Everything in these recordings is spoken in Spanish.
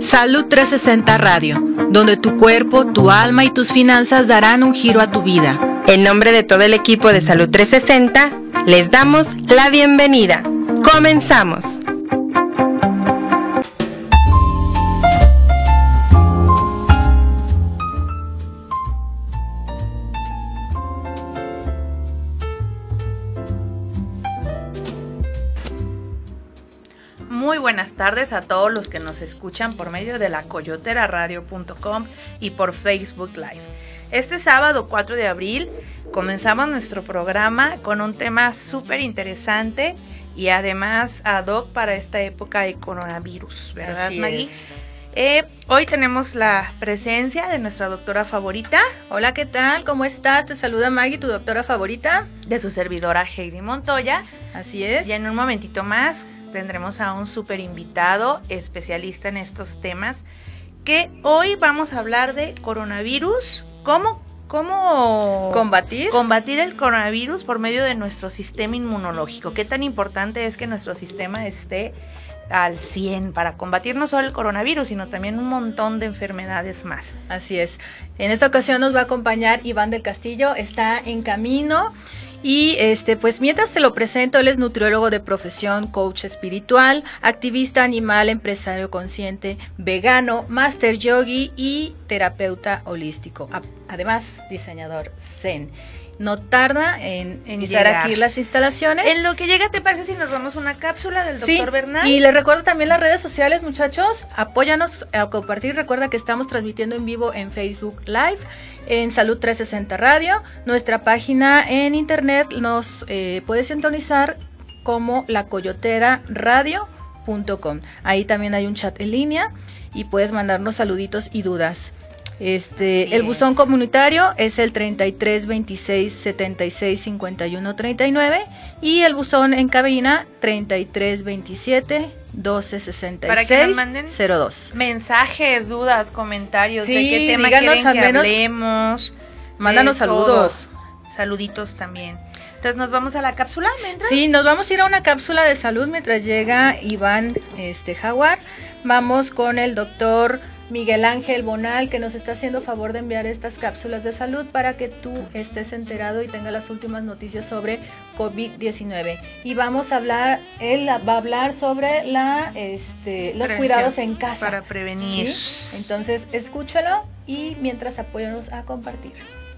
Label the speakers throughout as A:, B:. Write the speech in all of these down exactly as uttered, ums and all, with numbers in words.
A: Salud trescientos sesenta Radio, donde tu cuerpo, tu alma y tus finanzas darán un giro a tu vida.
B: En nombre de todo el equipo de Salud trescientos sesenta, les damos la bienvenida. ¡Comenzamos!
C: Muy buenas tardes a todos los que nos escuchan por medio de la coyotera radio punto com y por Facebook Live. Este sábado cuatro de abril comenzamos nuestro programa con un tema súper interesante y además ad hoc para esta época de coronavirus, ¿verdad,
D: Así
C: Maggie?
D: Es.
C: Eh, hoy tenemos la presencia de nuestra doctora favorita.
A: Hola, ¿qué tal? ¿Cómo estás? Te saluda Maggie, tu doctora favorita.
C: De su servidora Heidi Montoya.
A: Así es.
C: Y en un momentito más tendremos a un súper invitado, especialista en estos temas, que hoy vamos a hablar de coronavirus, cómo, cómo
A: combatir,
C: combatir el coronavirus por medio de nuestro sistema inmunológico. Qué tan importante es que nuestro sistema esté al cien para combatir no solo el coronavirus, sino también un montón de enfermedades más.
A: Así es. En esta ocasión nos va a acompañar Iván del Castillo, está en camino. Y este, pues mientras te lo presento, él es nutriólogo de profesión, coach espiritual, activista animal, empresario consciente, vegano, master yogi y terapeuta holístico. Además, diseñador zen. No tarda en, en pisar llegar aquí las instalaciones.
C: En lo que llega, ¿te parece si nos vamos a una cápsula del doctor
A: Sí,
C: Bernal?
A: Y les recuerdo también las redes sociales, muchachos. Apóyanos a compartir. Recuerda que estamos transmitiendo en vivo en Facebook Live, en Salud trescientos sesenta Radio. Nuestra página en internet nos eh, puede sintonizar como la coyotera radio punto com. Ahí también hay un chat en línea y puedes mandarnos saluditos y dudas. Este, el buzón comunitario es el treinta y tres veintiséis setenta y seis cincuenta y uno treinta y nueve y el buzón en cabina treinta y tres veintisiete doce sesenta y seis cero dos.
C: Mensajes, dudas, comentarios,
A: sí,
C: de qué tema
A: díganos,
C: quieren que
A: menos,
C: hablemos.
A: Mándanos saludos.
C: Todo. Saluditos también. Entonces nos vamos a la cápsula mientras.
A: Sí, nos vamos a ir a una cápsula de salud mientras llega Iván este Jaguar. Vamos con el doctor Miguel Ángel Bonal, que nos está haciendo favor de enviar estas cápsulas de salud para que tú estés enterado y tengas las últimas noticias sobre COVID diecinueve. Y vamos a hablar, él va a hablar sobre la, este, los
C: Prevención,
A: cuidados en casa.
C: Para prevenir.
A: ¿Sí? Entonces, escúchalo y mientras apóyanos a compartir.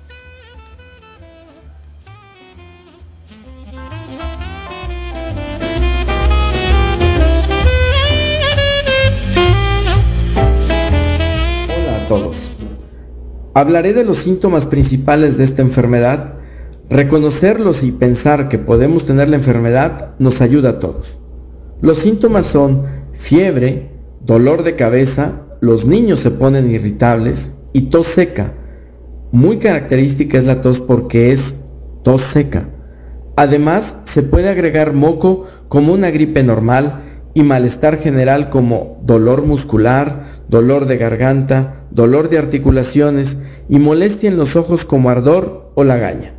E: Todos. Hablaré de los síntomas principales de esta enfermedad. Reconocerlos y pensar que podemos tener la enfermedad nos ayuda a todos. Los síntomas son fiebre, dolor de cabeza, los niños se ponen irritables y tos seca. Muy característica es la tos porque es tos seca. Además, se puede agregar moco como una gripe normal y malestar general como dolor muscular, dolor de garganta, dolor de articulaciones y molestia en los ojos como ardor o lagaña.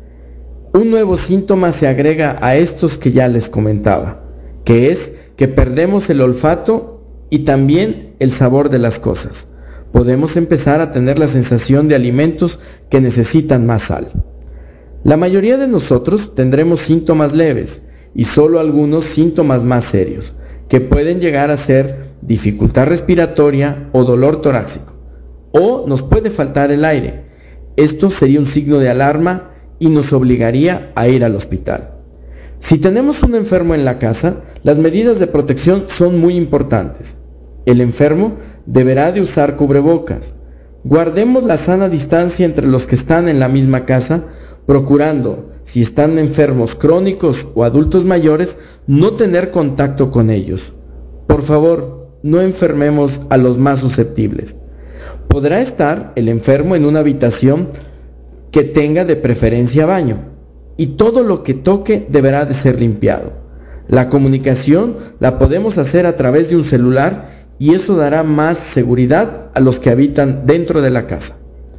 E: Un nuevo síntoma se agrega a estos que ya les comentaba, que es que perdemos el olfato y también el sabor de las cosas. Podemos empezar a tener la sensación de alimentos que necesitan más sal. La mayoría de nosotros tendremos síntomas leves y solo algunos síntomas más serios, que pueden llegar a ser dificultad respiratoria o dolor torácico. O nos puede faltar el aire. Esto sería un signo de alarma y nos obligaría a ir al hospital. Si tenemos un enfermo en la casa, las medidas de protección son muy importantes. El enfermo deberá de usar cubrebocas. Guardemos la sana distancia entre los que están en la misma casa, procurando, si están enfermos crónicos o adultos mayores, no tener contacto con ellos. Por favor, no enfermemos a los más susceptibles. Podrá estar el enfermo en una habitación que tenga de preferencia baño, y todo lo que toque deberá de ser limpiado. La comunicación la podemos hacer a través de un celular y eso dará más seguridad a los que habitan dentro de la casa.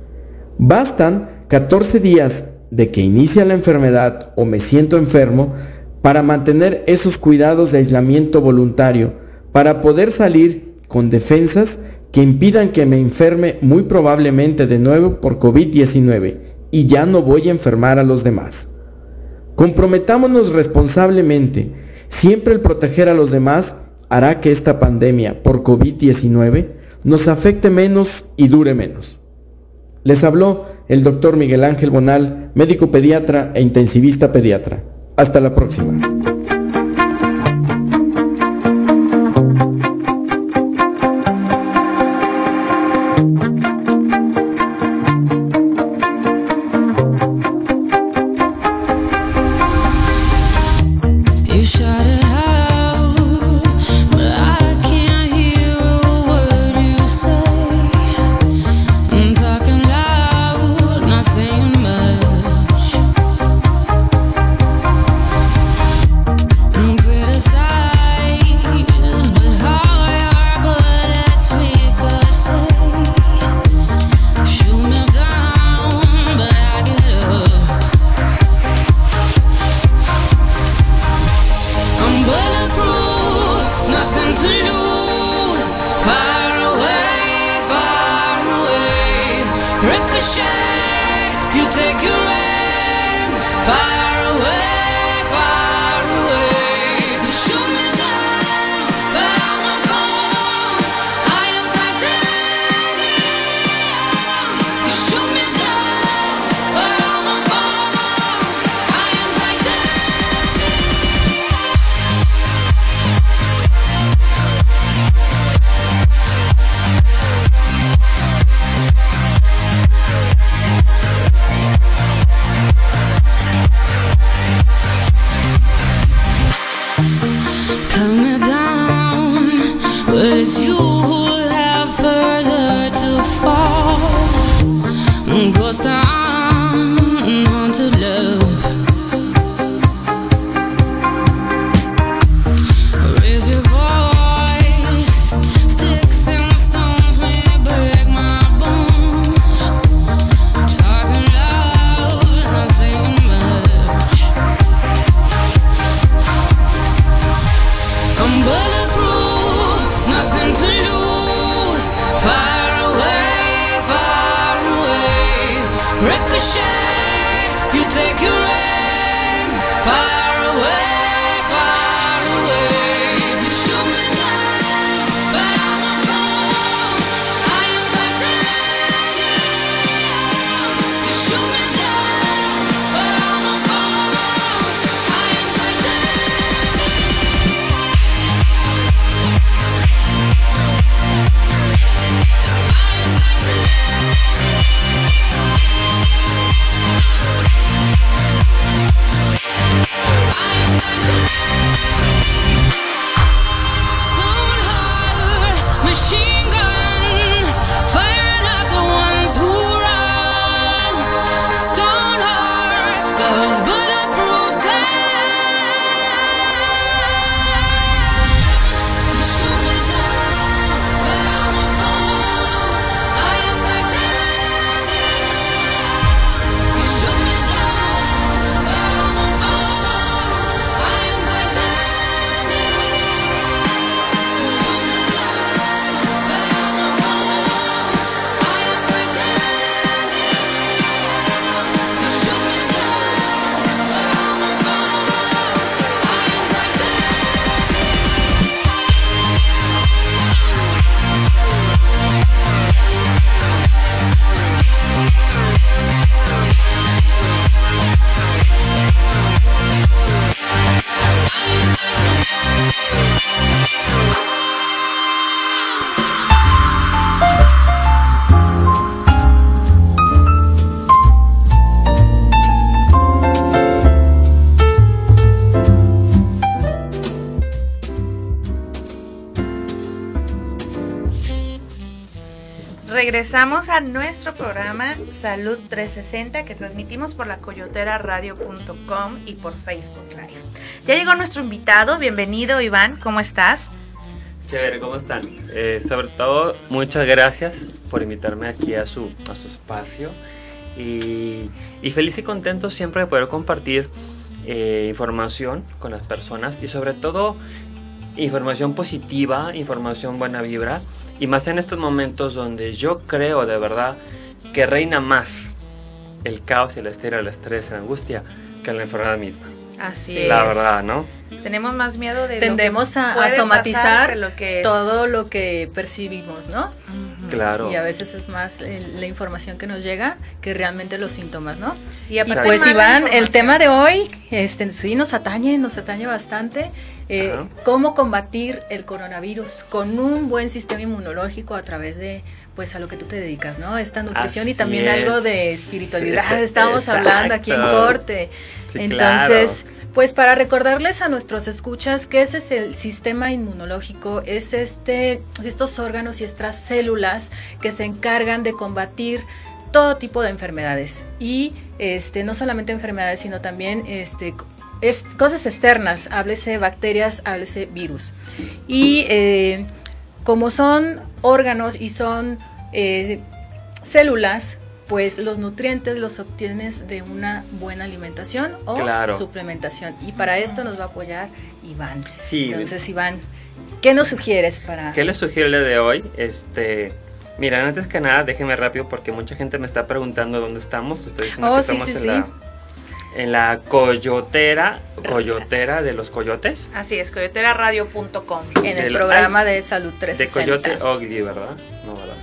E: Bastan catorce días de que inicia la enfermedad o me siento enfermo para mantener esos cuidados de aislamiento voluntario, para poder salir con defensas que impidan que me enferme muy probablemente de nuevo por COVID diecinueve y ya no voy a enfermar a los demás. Comprometámonos responsablemente. Siempre el proteger a los demás hará que esta pandemia por COVID diecinueve nos afecte menos y dure menos. Les habló el doctor Miguel Ángel Bonal, médico pediatra e intensivista pediatra. Hasta la próxima.
C: Regresamos a nuestro programa Salud trescientos sesenta que transmitimos por la coyotera radio punto com y por Facebook Live. Ya llegó nuestro invitado, bienvenido Iván, ¿cómo estás?
D: Chévere, ¿cómo están? Eh, sobre todo, muchas gracias por invitarme aquí a su, a su espacio y, y feliz y contento siempre de poder compartir eh, información con las personas y sobre todo información positiva, información buena vibra, y más en estos momentos donde yo creo de verdad que reina más el caos y la histeria, el estrés, la angustia, que la enfermedad misma.
C: Así
A: Sí.
C: es.
D: La verdad, ¿no?
C: Tenemos más miedo de
A: Tendemos
C: lo que
A: a, a
C: puede
A: somatizar
C: pasar que lo que es.
A: todo lo que percibimos, ¿no?
C: Ujú.
D: Claro.
A: Y a veces es más eh, la información que nos llega que realmente los síntomas, ¿no?
C: Y,
A: Y
C: aparte
A: pues
C: mala
A: Iván, el
C: información.
A: tema de hoy, este, sí nos atañe, nos atañe bastante. Eh,
D: Ajá.
A: cómo combatir el coronavirus con un buen sistema inmunológico a través de, pues, a lo que tú te dedicas, ¿no? Esta nutrición
D: Así
A: y también
D: es.
A: algo de espiritualidad.
D: Sí,
A: Estábamos hablando aquí en
D: exacto.
A: corte.
D: Sí,
A: Entonces,
D: claro.
A: pues para recordarles a nuestros escuchas que ese es el sistema inmunológico, es este, estos órganos y estas células que se encargan de combatir todo tipo de enfermedades y este no solamente enfermedades, sino también este es, cosas externas, háblese bacterias, háblese virus. Y eh, como son órganos y son eh, células, pues los nutrientes los obtienes de una buena alimentación o
D: Claro.
A: suplementación. Y para esto nos va a apoyar Iván.
D: Sí.
A: Entonces, Iván, ¿qué nos sugieres para...?
D: ¿Qué les sugiero el día de hoy? Este, mira, antes que nada, déjenme rápido porque mucha gente me está preguntando dónde estamos. Estoy diciendo
A: Oh,
D: que
A: sí,
D: estamos
A: sí,
D: en,
A: sí.
D: La, en la coyotera, coyotera de los coyotes.
C: Así es, coyotera radio punto com.
A: En el
D: del-
A: programa de Salud
D: De
A: trescientos sesenta.
D: Coyote Ogli, ¿verdad? No, ¿verdad?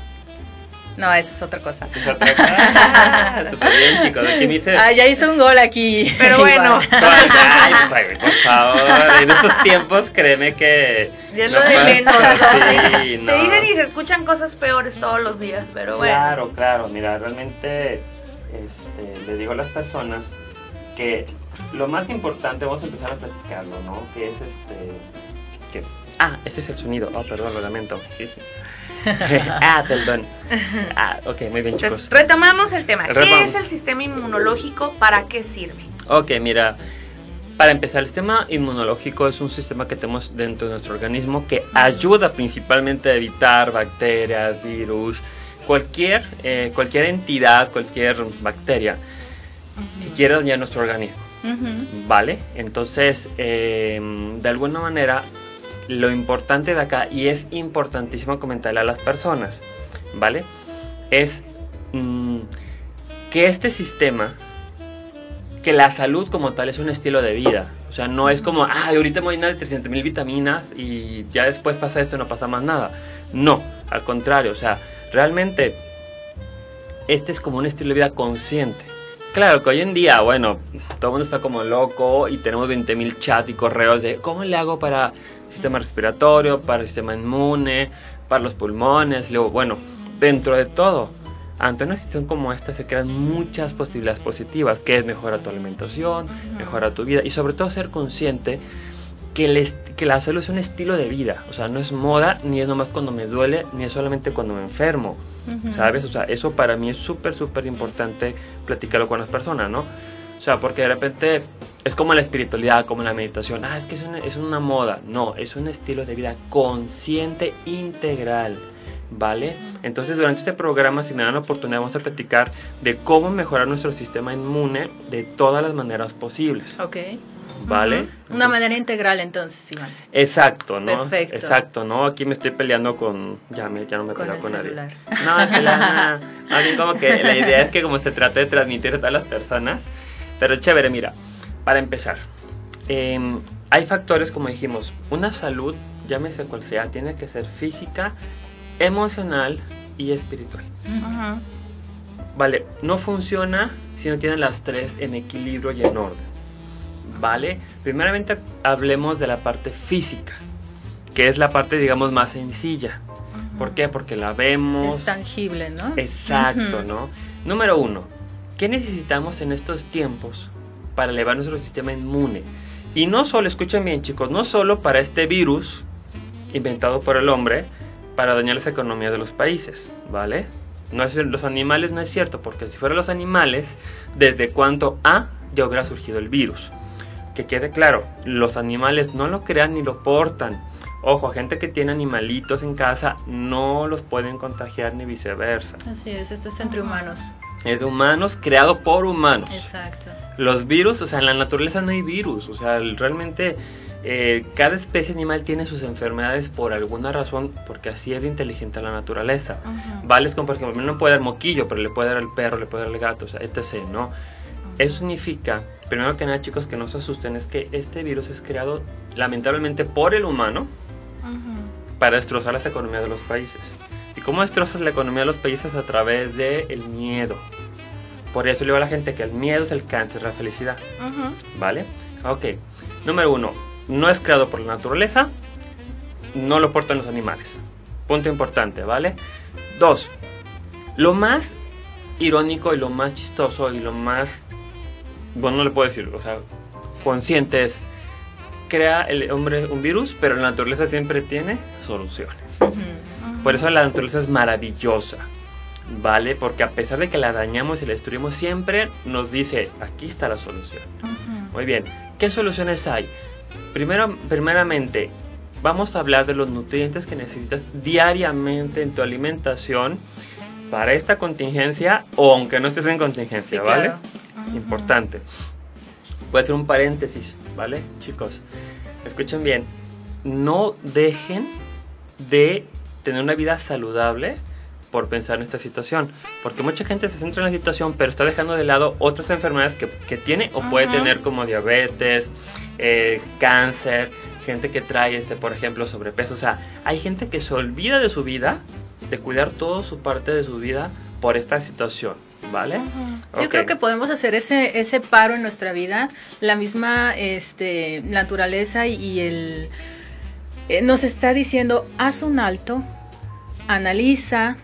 A: No, esa es otra cosa.
D: Es otra cosa. Súper bien, chicos. Aquí me dice...
A: Ah, ya hizo un gol aquí.
C: Pero bueno.
A: Iván.
D: Ay, ay, por favor, en estos tiempos créeme que...
C: Ya es
D: no
C: lo de
D: pasa-
C: menos.
D: Sí, no.
C: Se dicen y se escuchan cosas peores todos los días, pero bueno.
D: Claro, claro, mira, realmente este, le digo a las personas que lo más importante, vamos a empezar a platicarlo, ¿no? Que es este... Que, ah, este es el sonido, oh, perdón, lo lamento. Sí, sí. ah, perdón. Ah, ok, muy bien, chicos.
C: Entonces, retomamos el tema. ¿Qué
D: Retomamos.
C: es el sistema inmunológico? ¿Para qué sirve?
D: Ok, mira, para empezar, el sistema inmunológico es un sistema que tenemos dentro de nuestro organismo que ayuda principalmente a evitar bacterias, virus, cualquier, eh, cualquier entidad, cualquier bacteria que quiera dañar nuestro organismo,
A: Ujú.
D: ¿vale? Entonces, eh, de alguna manera, lo importante de acá, y es importantísimo comentarle a las personas, ¿vale? Es mm, que este sistema, que la salud como tal es un estilo de vida. O sea, no es como, ah, ahorita me voy a llenar de trescientas mil vitaminas y ya después pasa esto y no pasa más nada. No, al contrario, o sea, realmente este es como un estilo de vida consciente. Claro que hoy en día, bueno, todo el mundo está como loco y tenemos veinte mil chats y correos de cómo le hago para sistema respiratorio, para el sistema inmune, para los pulmones. Luego, bueno, dentro de todo, ante una situación como esta se crean muchas posibilidades positivas, que es mejorar tu alimentación,
C: Ujú.
D: mejorar tu vida y sobre todo ser consciente que, el est- que la salud es un estilo de vida. O sea, no es moda, ni es nomás cuando me duele, ni es solamente cuando me enfermo.
A: Ujú.
D: ¿Sabes? O sea, eso para mí es súper, súper importante platicarlo con las personas, ¿no? O sea, porque de repente es como la espiritualidad, como la meditación. Ah, es que es una, es una moda. No, es un estilo de vida consciente, integral, ¿vale? Entonces, durante este programa, si me dan la oportunidad, vamos a platicar de cómo mejorar nuestro sistema inmune de todas las maneras posibles,
A: Ok.
D: ¿vale?
A: Una manera integral entonces, Iván.
D: Exacto, ¿no?
A: Perfecto.
D: Exacto, ¿no? Aquí me estoy peleando con... Ya, me, ya no me
A: Con
D: peleo
A: el
D: con nadie.
A: celular.
D: No, es que la... Más bien como que la idea es que como se trata de transmitir a todas las personas. Pero chévere, mira, para empezar. eh, hay factores, como dijimos, una salud, llámese cual sea, tiene que ser física, emocional y espiritual.
C: Ujú.
D: Vale, no funciona si no tienen las tres en equilibrio y en orden. Vale, primeramente hablemos de la parte física, que es la parte, digamos, más sencilla. ¿Por qué? Porque la vemos.
A: Es tangible, ¿no?
D: Exacto,
A: Ujú.
D: ¿no? Número uno, ¿qué necesitamos en estos tiempos para elevar nuestro sistema inmune? Y no solo, escuchen bien, chicos, no solo para este virus inventado por el hombre para dañar las economías de los países, ¿vale? No es, los animales no es cierto, porque si fueran los animales, ¿desde cuánto A ya hubiera surgido el virus? Que quede claro, los animales no lo crean ni lo portan. Ojo, gente que tiene animalitos en casa no los pueden contagiar ni viceversa.
A: Así es, esto es entre humanos.
D: Es de humanos, creado por humanos.
A: Exacto.
D: Los virus, o sea, en la naturaleza no hay virus. O sea, el- realmente eh, cada especie animal tiene sus enfermedades por alguna razón, porque así es de inteligente la naturaleza. Uh-huh. ¿Vale? Es como, por ejemplo, no puede dar moquillo, pero le puede dar al perro, le puede dar al gato, o sea, etcétera, ¿no? Eso significa, primero que nada, chicos, que no se asusten, es que este virus es creado lamentablemente por el humano uh-huh. para destrozar las economías de los países. ¿Y cómo destrozas la economía de los países? A través del miedo. Por eso le digo a la gente que el miedo es el cáncer de la felicidad. Uh-huh. ¿Vale? Ok. Número uno, no es creado por la naturaleza, no lo portan los animales. Punto importante, ¿vale? Dos, lo más irónico y lo más chistoso y lo más... bueno, no le puedo decir, o sea, consciente es, crea el hombre un virus, pero la naturaleza siempre tiene soluciones. Uh-huh, uh-huh. Por eso la naturaleza es maravillosa, ¿vale? Porque a pesar de que la dañamos y la destruimos, siempre nos dice, aquí está la solución. Uh-huh. Muy bien, ¿qué soluciones hay? Primero, primeramente, vamos a hablar de los nutrientes que necesitas diariamente en tu alimentación para esta contingencia, o aunque no estés en contingencia, sí, ¿vale? Claro. Uh-huh. Importante. Voy a hacer un paréntesis, ¿vale? Chicos, escuchen bien. No dejen de tener una vida saludable por pensar en esta situación. Porque mucha gente se centra en la situación, pero está dejando de lado otras enfermedades que, que tiene o uh-huh. puede tener, como diabetes, eh, cáncer, gente que trae, este, por ejemplo, sobrepeso. O sea, hay gente que se olvida de su vida, de cuidar toda su parte de su vida por esta situación. ¿Vale?
A: Uh-huh. Okay. Yo creo que podemos hacer ese ese paro en nuestra vida. La misma este, naturaleza y, y el eh, nos está diciendo, haz un alto, analiza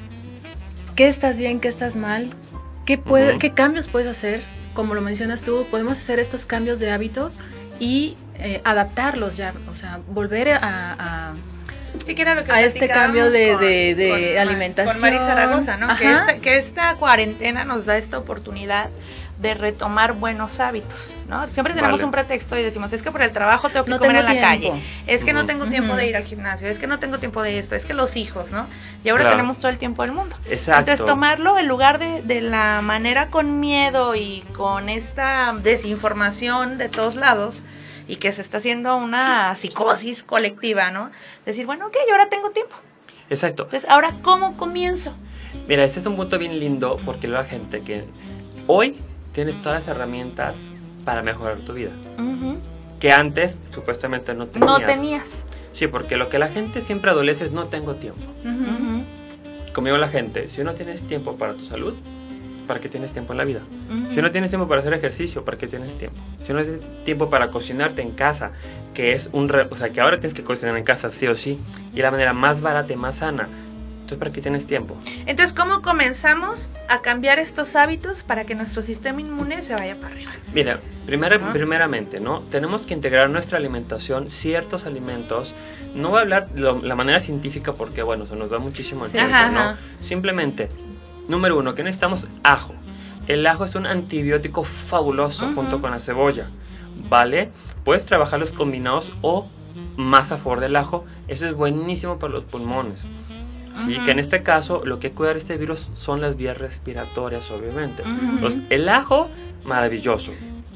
A: qué estás bien, qué estás mal, qué, puede, uh-huh. qué cambios puedes hacer. Como lo mencionas tú, podemos hacer estos cambios de hábito y eh, adaptarlos ya, o sea, volver a... a
C: Sí, que era lo que
A: a este cambio de,
C: con,
A: de, de
C: con,
A: alimentación.
C: Con Mari Zaragoza, ¿no? Que esta, que esta cuarentena nos da esta oportunidad de retomar buenos hábitos, ¿no? Siempre tenemos vale. un pretexto y decimos, es que por el trabajo tengo que
A: no
C: comer
A: tengo
C: en la
A: tiempo.
C: calle, es que uh-huh. no tengo tiempo uh-huh. de ir al gimnasio, es que no tengo tiempo de esto, es que los hijos, ¿no? Y ahora claro. tenemos todo el tiempo del mundo.
D: Exacto.
C: Entonces tomarlo en lugar de, de la manera con miedo y con esta desinformación de todos lados, y que se está haciendo una psicosis colectiva, ¿no? Decir, bueno, ok, yo ahora tengo tiempo.
D: Exacto.
C: Entonces, ¿ahora cómo comienzo?
D: Mira, este es un punto bien lindo, porque la gente que hoy tienes todas las herramientas para mejorar tu vida. Uh-huh. Que antes, supuestamente, no tenías.
C: No tenías.
D: Sí, porque lo que la gente siempre adolece es no tengo tiempo. Uh-huh. Como digo la gente, si no tienes tiempo para tu salud, ¿para qué tienes tiempo en la vida? Uh-huh. Si no tienes tiempo para hacer ejercicio, ¿para qué tienes tiempo? Si no tienes tiempo para cocinarte en casa, que es un... Re- o sea, que ahora tienes que cocinar en casa sí o sí, y de la manera más barata y más sana. Entonces, ¿para qué tienes tiempo?
C: Entonces, ¿cómo comenzamos a cambiar estos hábitos para que nuestro sistema inmune se vaya para arriba?
D: Mira, primera, uh-huh. primeramente, ¿no? Tenemos que integrar en nuestra alimentación ciertos alimentos. No voy a hablar de lo, la manera científica porque, bueno, se nos va muchísimo el sí. tiempo, ajá, ¿no? Ajá. Simplemente... Número uno, que necesitamos ajo. El ajo es un antibiótico fabuloso uh-huh. junto con la cebolla, ¿vale? Puedes trabajarlos combinados o más a favor del ajo. Eso es buenísimo para los pulmones. Sí, uh-huh. que en este caso lo que hay que cuidar de este virus son las vías respiratorias, obviamente. Uh-huh. Entonces, el ajo, maravilloso.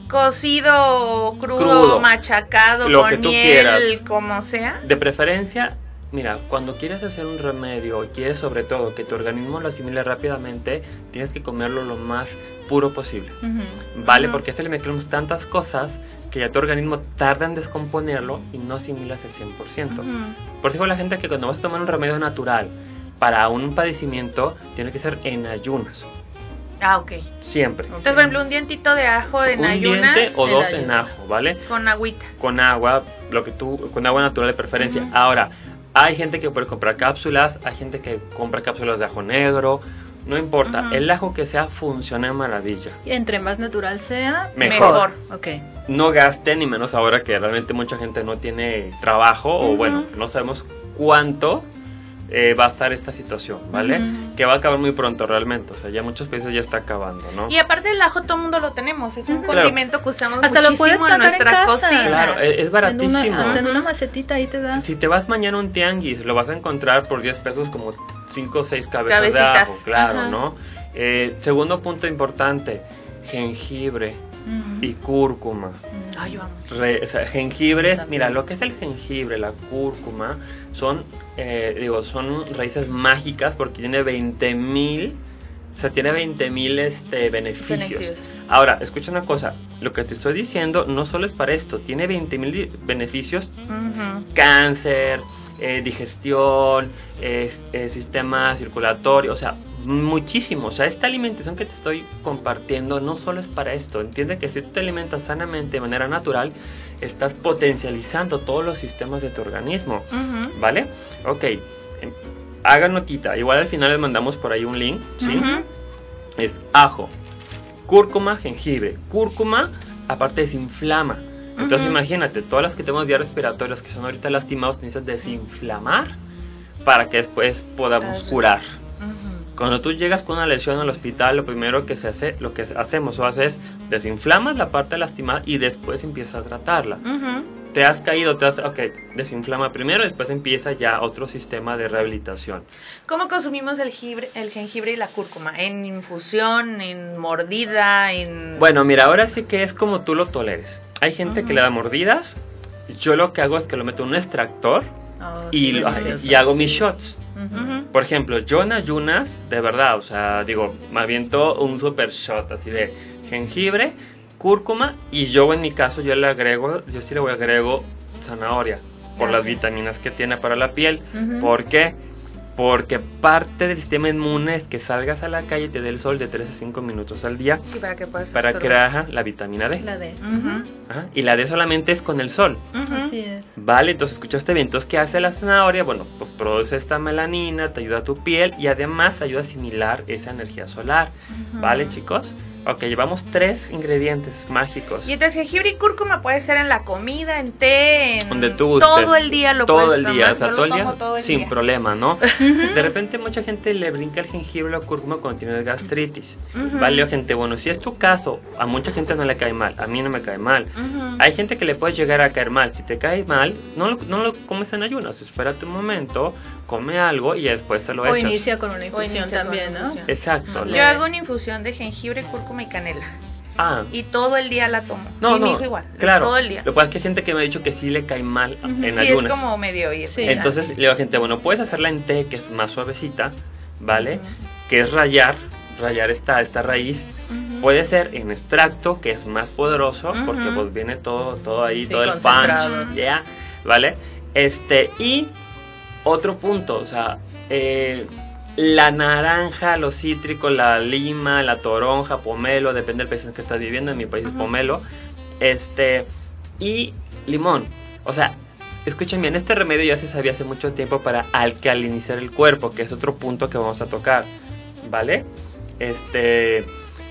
C: Cocido, crudo, crudo machacado,
D: lo
C: con
D: que tú
C: miel,
D: quieras.
C: Como sea.
D: De preferencia... Mira, cuando quieres hacer un remedio y quieres sobre todo que tu organismo lo asimile rápidamente, tienes que comerlo lo más puro posible, uh-huh. ¿vale? Uh-huh. Porque a veces le metemos tantas cosas que ya tu organismo tarda en descomponerlo y no asimilas el cien por ciento. Uh-huh. Por eso digo a la gente que cuando vas a tomar un remedio natural para un padecimiento, tiene que ser en ayunas.
C: Ah, ok.
D: Siempre.
C: Entonces, por ejemplo, un dientito de ajo en
D: un
C: ayunas.
D: Un diente o
C: en
D: dos
C: ayunas.
D: en ajo, ¿vale?
C: Con agüita.
D: Con agua, lo que tú, con agua natural de preferencia. Uh-huh. Ahora, hay gente que puede comprar cápsulas, hay gente que compra cápsulas de ajo negro, no importa, uh-huh. el ajo que sea funciona de maravilla.
A: Y entre más natural sea,
D: mejor.
A: mejor. Okay.
D: No gasten, ni menos ahora que realmente mucha gente no tiene trabajo, uh-huh. o bueno, no sabemos cuánto eh, va a estar esta situación, ¿vale? Uh-huh. Que va a acabar muy pronto realmente, o sea, ya muchos países ya está acabando, ¿no?
C: Y aparte el ajo todo el mundo lo tenemos, es un uh-huh. condimento que usamos
A: hasta
C: muchísimo
A: lo puedes
C: en
A: plantar
C: nuestra
A: en casa.
C: cocina.
D: Claro, es, es baratísimo.
A: En una, hasta en una macetita ahí te da.
D: Si te vas mañana a un tianguis, lo vas a encontrar por diez pesos como cinco o seis cabezas
C: Cabecitas.
D: de ajo, claro,
C: Ajá.
D: ¿no? Eh, segundo punto importante, jengibre uh-huh. y cúrcuma. Uh-huh.
C: Ay, vamos.
D: Re, o sea, jengibres, mira, lo que es el jengibre, la cúrcuma, son, eh, digo, son raíces mágicas porque tiene veinte mil, o sea, tiene veinte mil este, beneficios.
C: Beneficios.
D: Ahora, escucha una cosa, lo que te estoy diciendo no solo es para esto, tiene veinte mil beneficios,
C: Ujú.
D: cáncer, eh, digestión, eh, eh, sistema circulatorio, o sea, muchísimo. O sea, esta alimentación que te estoy compartiendo no solo es para esto. Entiende que si tú te alimentas sanamente de manera natural, estás potencializando todos los sistemas de tu organismo,
C: Ujú.
D: ¿vale? Ok, em, hagan notita, igual al final les mandamos por ahí un link, ¿sí?
C: Ujú.
D: Es ajo, cúrcuma, jengibre. Cúrcuma, aparte desinflama. Entonces
C: Ujú.
D: imagínate, todas las que tenemos vías respiratorias que son ahorita lastimados, necesitas desinflamar para que después podamos
C: Claro.
D: curar.
C: Ujú.
D: Cuando tú llegas con una lesión al hospital, lo primero que se hace, lo que hacemos o haces es desinflamas la parte lastimada y después empiezas a tratarla.
C: Ujú.
D: Te has caído, te has, ok, desinflama primero, después empieza ya otro sistema de rehabilitación.
C: ¿Cómo consumimos el jengibre, el jengibre y la cúrcuma? ¿En infusión, en mordida, en...?
D: Bueno, mira, ahora sí que es como tú lo toleres. Hay gente
C: Ujú.
D: que le da mordidas. Yo lo que hago es que lo meto en un extractor
A: Oh,
D: y,
A: sí,
D: lo-
A: deliciosos.
D: y hago mis shots.
A: Ujú.
C: Ujú.
D: Por ejemplo, yo en ayunas, de verdad, o sea, digo, me aviento un super shot así de jengibre, cúrcuma y yo en mi caso yo le agrego, yo sí le voy a agrego zanahoria por las
C: Ok.
D: vitaminas que tiene para la piel.
A: Ujú.
D: ¿Por qué? Porque parte del sistema inmune es que salgas a la calle y te dé el sol de tres a cinco minutos al día
C: Sí, para que puedas
D: para
C: absorber.
D: crear ajá, la vitamina D.
A: La de.
C: Ujú.
D: Ajá, y la D solamente es con el sol.
C: Ujú.
A: Así es.
D: Vale, entonces escuchaste bien. Entonces, ¿qué hace la zanahoria? Bueno, pues produce esta melanina, te ayuda a tu piel y además te ayuda a asimilar esa energía solar. ¿Vale, chicos? Ok, llevamos tres ingredientes mágicos.
C: Y entonces jengibre y cúrcuma puede ser en la comida, en té, en...
D: Donde tú gustes.
C: Todo el día lo
D: Todo
C: puedes
D: el día,
C: tomar.
D: o sea,
C: Yo lo
D: todo el
C: tomo
D: día
C: todo el
D: sin
C: día.
D: problema, ¿no? De repente mucha gente le brinca el jengibre o la cúrcuma cuando tiene gastritis.
C: Ujú.
D: Vale, gente, bueno, si es tu caso, a mucha gente no le cae mal, a mí no me cae mal.
C: Ujú.
D: Hay gente que le puede llegar a caer mal. Si te cae mal, no lo, no lo comes en ayunas. Espérate un momento, come algo y ya después te lo
A: O
D: echas.
A: inicia con una
C: O
A: infusión
C: inicia con
A: también,
C: una
A: ¿no?
C: infusión.
D: Exacto.
A: Más
D: ¿no?
C: Yo hago una infusión de jengibre, cúrcuma y canela.
D: Ah,
C: Y todo el día la tomo.
D: no,
C: y mi
D: no.
C: hijo igual.
D: Claro.
C: Todo el día.
D: Lo que pasa es que hay gente que me ha dicho que sí le cae mal
A: Ujú.
D: en
C: Sí,
D: ayunas.
C: es como medio ir.
A: Sí.
D: Entonces le digo a gente, bueno, puedes hacerla en té, que es más suavecita, ¿vale? Que es rayar, rayar esta, esta raíz.
C: Ujú.
D: Puede ser en extracto, que es más poderoso,
C: Ujú.
D: porque pues viene todo, todo ahí,
A: Sí,
D: todo el
A: concentrado.
D: punch, ya, ¿vale? Este, y otro punto, o sea, eh, la naranja, los cítricos, la lima, la toronja, pomelo, depende del país en que estás viviendo, en mi país es
C: Ujú.
D: pomelo, este, y limón. O sea, escuchen bien, este remedio ya se sabía hace mucho tiempo para alcalinizar el cuerpo, que es otro punto que vamos a tocar, ¿vale? Este,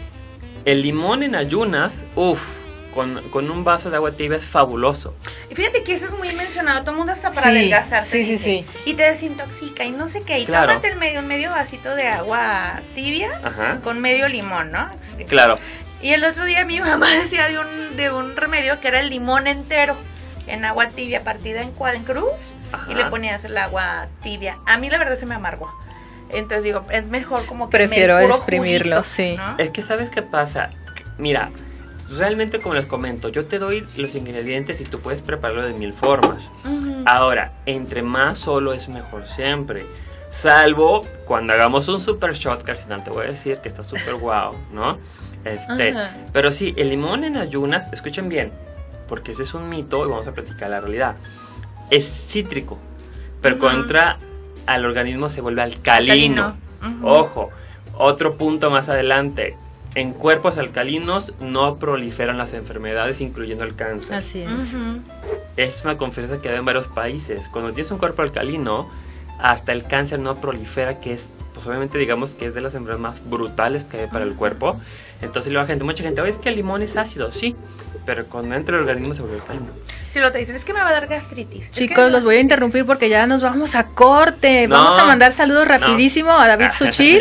D: el limón en ayunas, uff, con, con un vaso de agua tibia es fabuloso.
C: Y fíjate que eso es muy mencionado. Todo el mundo está para
A: Sí,
C: adelgazar.
A: sí, sí, sí.
C: Y te desintoxica y no sé qué. Y
D: Claro.
C: tómate el medio, un medio vasito de agua tibia
D: Ajá,
C: con medio limón, ¿no?
D: claro.
C: Y el otro día mi mamá decía de un, de un remedio que era el limón entero en agua tibia partida en, cua- en cruz
D: Ajá.
C: y le ponías el agua tibia. A mí la verdad se me amargó. Entonces digo, es mejor como que
A: Prefiero
C: el puro
A: exprimirlo,
C: juguito,
A: sí.
C: ¿no?
D: Es que ¿sabes qué pasa? Mira, realmente como les comento, yo te doy los ingredientes y tú puedes prepararlo de mil formas.
C: Ujú.
D: Ahora, entre más solo es mejor siempre. Salvo cuando hagamos un super shot, que al final te voy a decir que está súper guau, ¿no? Este,
C: Ajá.
D: pero sí, el limón en ayunas, escuchen bien, porque ese es un mito y vamos a platicar la realidad. Es cítrico, pero
C: Ujú.
D: cuando entra al organismo se vuelve alcalino.
C: Alcalino. Ujú.
D: Ojo, otro punto más adelante. En cuerpos alcalinos no proliferan las enfermedades, incluyendo el cáncer.
A: Así es.
C: Ujú.
D: Es una conferencia que da en varios países. Cuando tienes un cuerpo alcalino, hasta el cáncer no prolifera, que es, pues obviamente digamos que es de las enfermedades más brutales que hay para el cuerpo. Entonces la gente, mucha gente, oye, es que el limón es ácido, sí, pero cuando entra el organismo se vuelve alcalino.
C: Si lo te dicen, es que me va a dar gastritis. Es que
A: Chicos,
C: me-
A: los voy a interrumpir porque ya nos vamos a corte.
D: No.
A: Vamos a mandar saludos rapidísimo a David Suchil,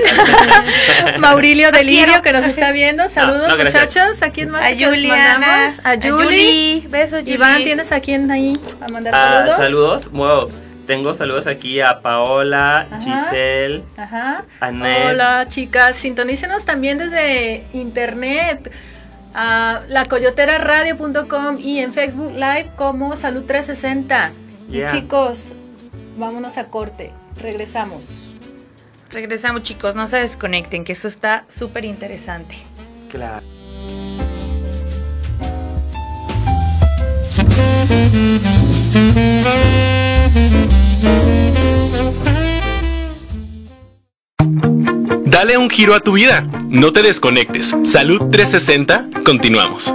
A: Maurilio Delirio
C: quiero.
A: que nos está viendo. Saludos,
D: no, gracias.
A: muchachos. ¿A quién más
C: A
A: les
C: Juliana,
A: mandamos? A
C: a
A: Julie.
C: Julie. Besos, Julie.
A: Iván, ¿tienes a quién ahí a mandar
D: Ah,
A: saludos?
D: saludos. Wow. Tengo saludos aquí a Paola,
A: Ajá.
D: Giselle,
A: Ajá.
D: Anet.
A: Hola, chicas. Sintonícenos también desde internet. a la coyotera radio punto com y en Facebook Live como Salud trescientos sesenta.
D: Yeah.
A: Y chicos, vámonos a corte. Regresamos.
C: Regresamos, chicos, no se desconecten, que esto está súper interesante.
D: Claro.
F: Dale un giro a tu vida. No te desconectes. Salud trescientos sesenta, continuamos.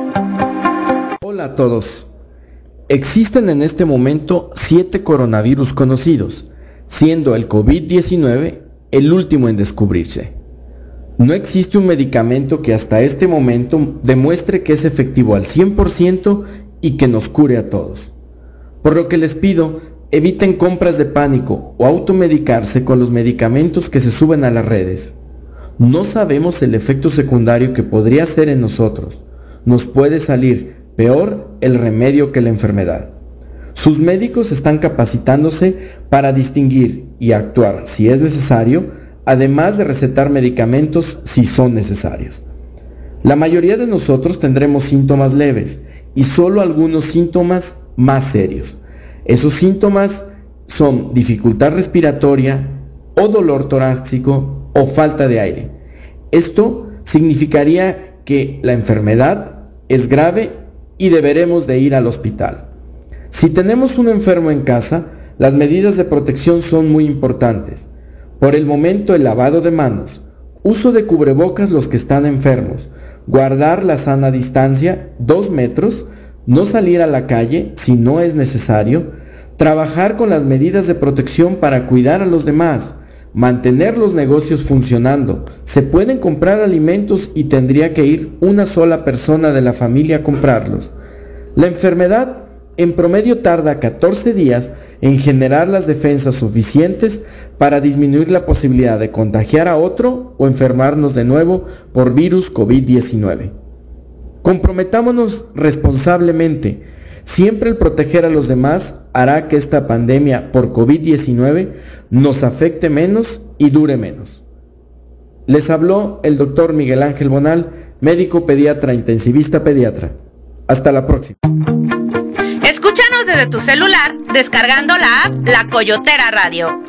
E: Hola a todos. Existen en este momento siete coronavirus conocidos, siendo el COVID diecinueve el último en descubrirse. No existe un medicamento que hasta este momento demuestre que es efectivo al cien por ciento y que nos cure a todos. Por lo que les pido, eviten compras de pánico o automedicarse con los medicamentos que se suben a las redes. No sabemos el efecto secundario que podría hacer en nosotros. Nos puede salir peor el remedio que la enfermedad. Sus médicos están capacitándose para distinguir y actuar si es necesario, además de recetar medicamentos si son necesarios. La mayoría de nosotros tendremos síntomas leves y solo algunos síntomas más serios. Esos síntomas son dificultad respiratoria o dolor torácico o falta de aire. Esto significaría que la enfermedad es grave y deberemos de ir al hospital. Si tenemos un enfermo en casa, las medidas de protección son muy importantes. Por el momento, el lavado de manos, uso de cubrebocas los que están enfermos, guardar la sana distancia, dos metros, no salir a la calle si no es necesario, trabajar con las medidas de protección para cuidar a los demás, mantener los negocios funcionando. Se pueden comprar alimentos y tendría que ir una sola persona de la familia a comprarlos. La enfermedad en promedio tarda catorce días en generar las defensas suficientes para disminuir la posibilidad de contagiar a otro o enfermarnos de nuevo por virus COVID diecinueve. Comprometámonos responsablemente. Siempre el proteger a los demás hará que esta pandemia por COVID diecinueve nos afecte menos y dure menos. Les habló el doctor Miguel Ángel Bonal, médico pediatra intensivista pediatra. Hasta la próxima.
G: Escúchanos desde tu celular descargando la app La Coyotera Radio.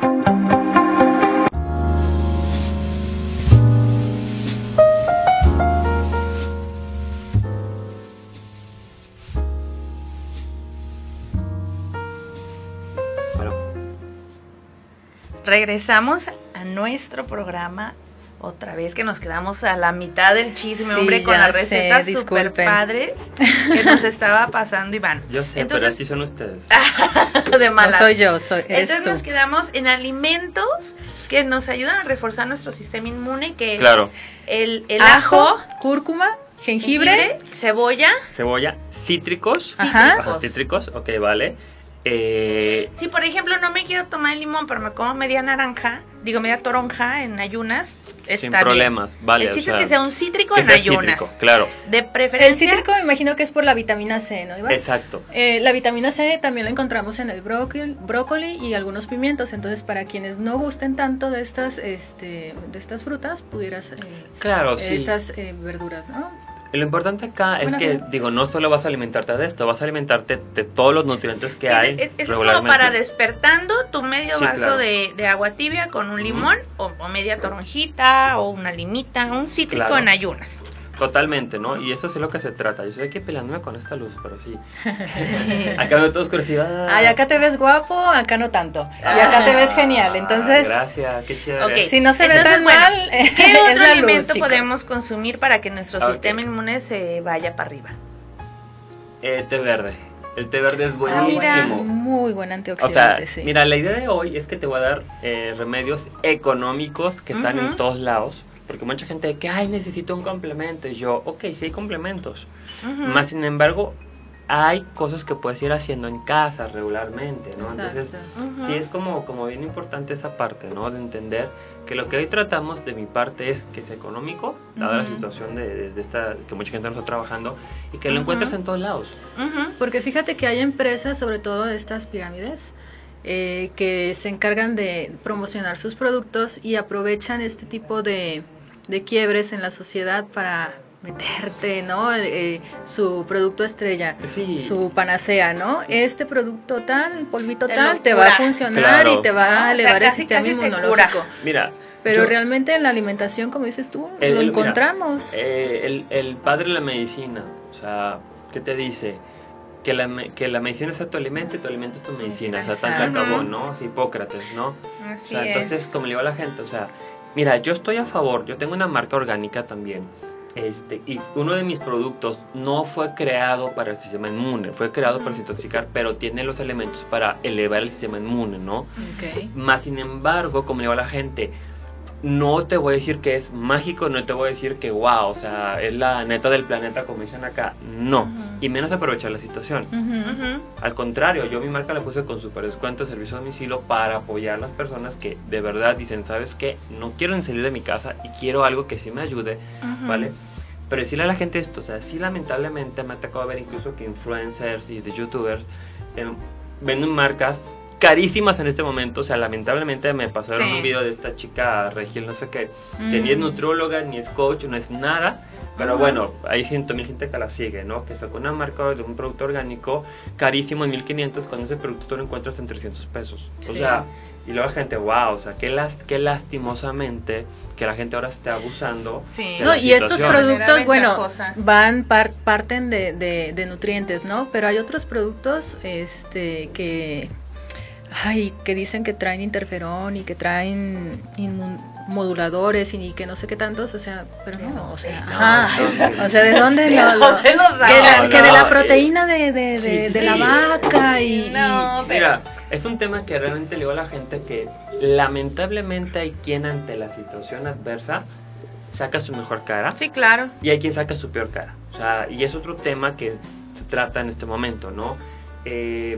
C: Regresamos a nuestro programa otra vez, que nos quedamos a la mitad del chisme,
A: Sí,
C: hombre, con
A: ya
C: las
A: sé,
C: recetas super
A: disculpen.
C: padres que nos estaba pasando Iván.
D: Yo sé,
C: Entonces,
D: pero así son ustedes.
C: de
A: No
C: malas.
A: soy yo, soy, eres
C: Entonces
A: tú.
C: nos quedamos en alimentos que nos ayudan a reforzar nuestro sistema inmune, que es
D: Claro.
C: el, el
A: Ajo,
C: ajo,
A: cúrcuma, jengibre.
C: jengibre, cebolla.
D: Cebolla, cítricos.
A: Ajá.
D: Ajá, cítricos, ok, vale. Eh,
C: Si por ejemplo no me quiero tomar el limón, pero me como media naranja, digo media toronja en ayunas, está
D: sin
C: bien.
D: problemas, vale.
C: El
D: o
C: chiste
D: sea,
C: es que sea un cítrico
D: que
C: en
D: sea
C: ayunas.
D: cítrico, claro.
C: De
A: El
C: preferencia.
A: cítrico me imagino que es por la vitamina C, ¿no, Iván?
D: Exacto.
A: Eh, la vitamina C también la encontramos en el brócoli, brócoli y algunos pimientos. Entonces, para quienes no gusten tanto de estas, este, de estas frutas, pudieras eh,
D: Claro,
A: eh,
D: sí.
A: estas eh, verduras, ¿no?
D: Lo importante acá es
A: Bueno,
D: que,
A: bien.
D: digo, no solo vas a alimentarte de esto, vas a alimentarte de todos los nutrientes que
C: Sí,
D: hay
C: es, es como
D: regularmente.
C: para despertando tu medio
D: Sí,
C: vaso
D: claro.
C: de, de agua tibia con un limón o, o media toronjita o una limita, un cítrico
D: Claro.
C: en ayunas.
D: Totalmente, ¿no? Y eso es lo que se trata. Yo sé que peleándome con esta luz, pero sí. Acá veo toda oscuridad.
A: Ay, acá te ves guapo, acá no tanto. Y acá te ves genial. Entonces,
D: Gracias, qué chévere.
C: Ok.
A: si no se ve
C: Entonces,
A: tan
C: bueno,
A: mal, eh,
C: ¿Qué
A: es
C: otro
A: la luz,
C: alimento
A: chicos.
C: podemos consumir para que nuestro
D: Ok.
C: sistema inmune se vaya para arriba?
D: Eh, té verde. El té verde es
A: Ah, mira,
D: buenísimo.
A: muy buen
D: O sea,
A: antioxidante, sí.
D: mira, la idea de hoy es que te voy a dar eh, remedios económicos que están
C: Ujú.
D: en todos lados. Porque mucha gente que, ay, necesito un complemento. Y yo, ok, sí hay complementos.
C: Ujú.
D: Más sin embargo, hay cosas que puedes ir haciendo en casa regularmente, ¿no?
A: Exacto.
D: Entonces,
C: Ujú.
D: sí es como, como bien importante esa parte, ¿no? De entender que lo que hoy tratamos de mi parte es que es económico, dada la
C: Ujú.
D: situación de, de- de esta, que mucha gente no está trabajando, y que lo
C: Ujú.
D: encuentres en todos lados.
C: Ujú.
A: Porque fíjate que hay empresas, sobre todo de estas pirámides, eh, que se encargan de promocionar sus productos y aprovechan este tipo de, de quiebres en la sociedad para meterte, ¿no? Eh, su producto estrella,
D: Sí.
A: su panacea, ¿no? Este producto tal, polvito
C: Te
A: tal,
C: lo
A: te va a
C: cura.
A: funcionar
D: Claro.
A: y te va
C: No, o
A: a
C: sea,
A: elevar el
C: casi,
A: sistema
C: casi te
A: inmunológico.
C: cura.
D: Mira.
A: Pero
D: yo-
A: realmente en la alimentación, como dices tú,
D: el-
A: lo
D: el- mira,
A: encontramos.
D: eh, el, el padre de la medicina, o sea, ¿qué te dice? Que la, me- que la medicina sea tu alimento y tu alimento es tu medicina. O sea, tan se
A: Exacto.
D: acabó, ¿no? Es Hipócrates, ¿no?
C: Así
D: O sea, entonces,
C: es.
D: como le digo a la gente, o sea, mira, yo estoy a favor, yo tengo una marca orgánica también, este, y uno de mis productos no fue creado para el sistema inmune, fue creado para desintoxicar, pero tiene los elementos para elevar el sistema inmune, ¿no?
A: Ok.
D: Más sin embargo, como le digo a la gente, no te voy a decir que es mágico, no te voy a decir que wow, o sea, es la neta del planeta como dicen acá, no,
C: Ujú.
D: y menos aprovechar la situación.
A: Ujú.
C: Ujú.
D: Al contrario, yo mi marca la puse con super descuento de servicio a domicilio para apoyar a las personas que de verdad dicen, ¿sabes qué? No quiero salir de mi casa y quiero algo que sí me ayude,
C: Ujú.
D: ¿vale? Pero decirle a la gente esto, o sea, sí lamentablemente me ha tocado ver incluso que influencers y de youtubers eh, venden marcas carísimas en este momento, o sea, lamentablemente me pasaron
C: Sí.
D: un video de esta chica Regil, no sé qué, que
A: Mm.
D: ni es nutrióloga, ni es coach, no es nada, pero
C: Ujú.
D: bueno, hay ciento mil gente que la sigue, ¿no? Que sacó una marca de un producto orgánico carísimo en mil quinientos, cuando ese producto tú lo encuentras en trescientos pesos. O
A: Sí.
D: sea, y luego la gente, wow, o sea, qué, las, qué lastimosamente que la gente ahora esté abusando.
C: Sí.
D: de
A: No,
D: la
A: y estos
D: situación.
A: productos,
C: Manera
A: bueno,
C: ventajosa.
A: van par- parten de, de- de nutrientes, ¿no? Pero hay otros productos, este, que, ay, que dicen que traen interferón y que traen inmun- moduladores y que no sé qué tantos, o sea, pero no, o sea,
D: No,
A: ajá,
D: entonces-
A: o sea, ¿de dónde
C: ¿De
A: lo- lo-
C: dónde los
A: que, la-
D: No,
A: que de
D: no,
A: la
D: eh,
A: proteína de, de,
D: sí,
A: de-
D: sí,
A: de la
D: sí.
A: vaca y,
C: No,
A: y-
D: Mira, es un tema que realmente le digo a la gente que lamentablemente hay quien ante la situación adversa saca su mejor cara
C: Sí, claro.
D: y hay quien saca su peor cara. O sea, y es otro tema que se trata en este momento, ¿no? Eh,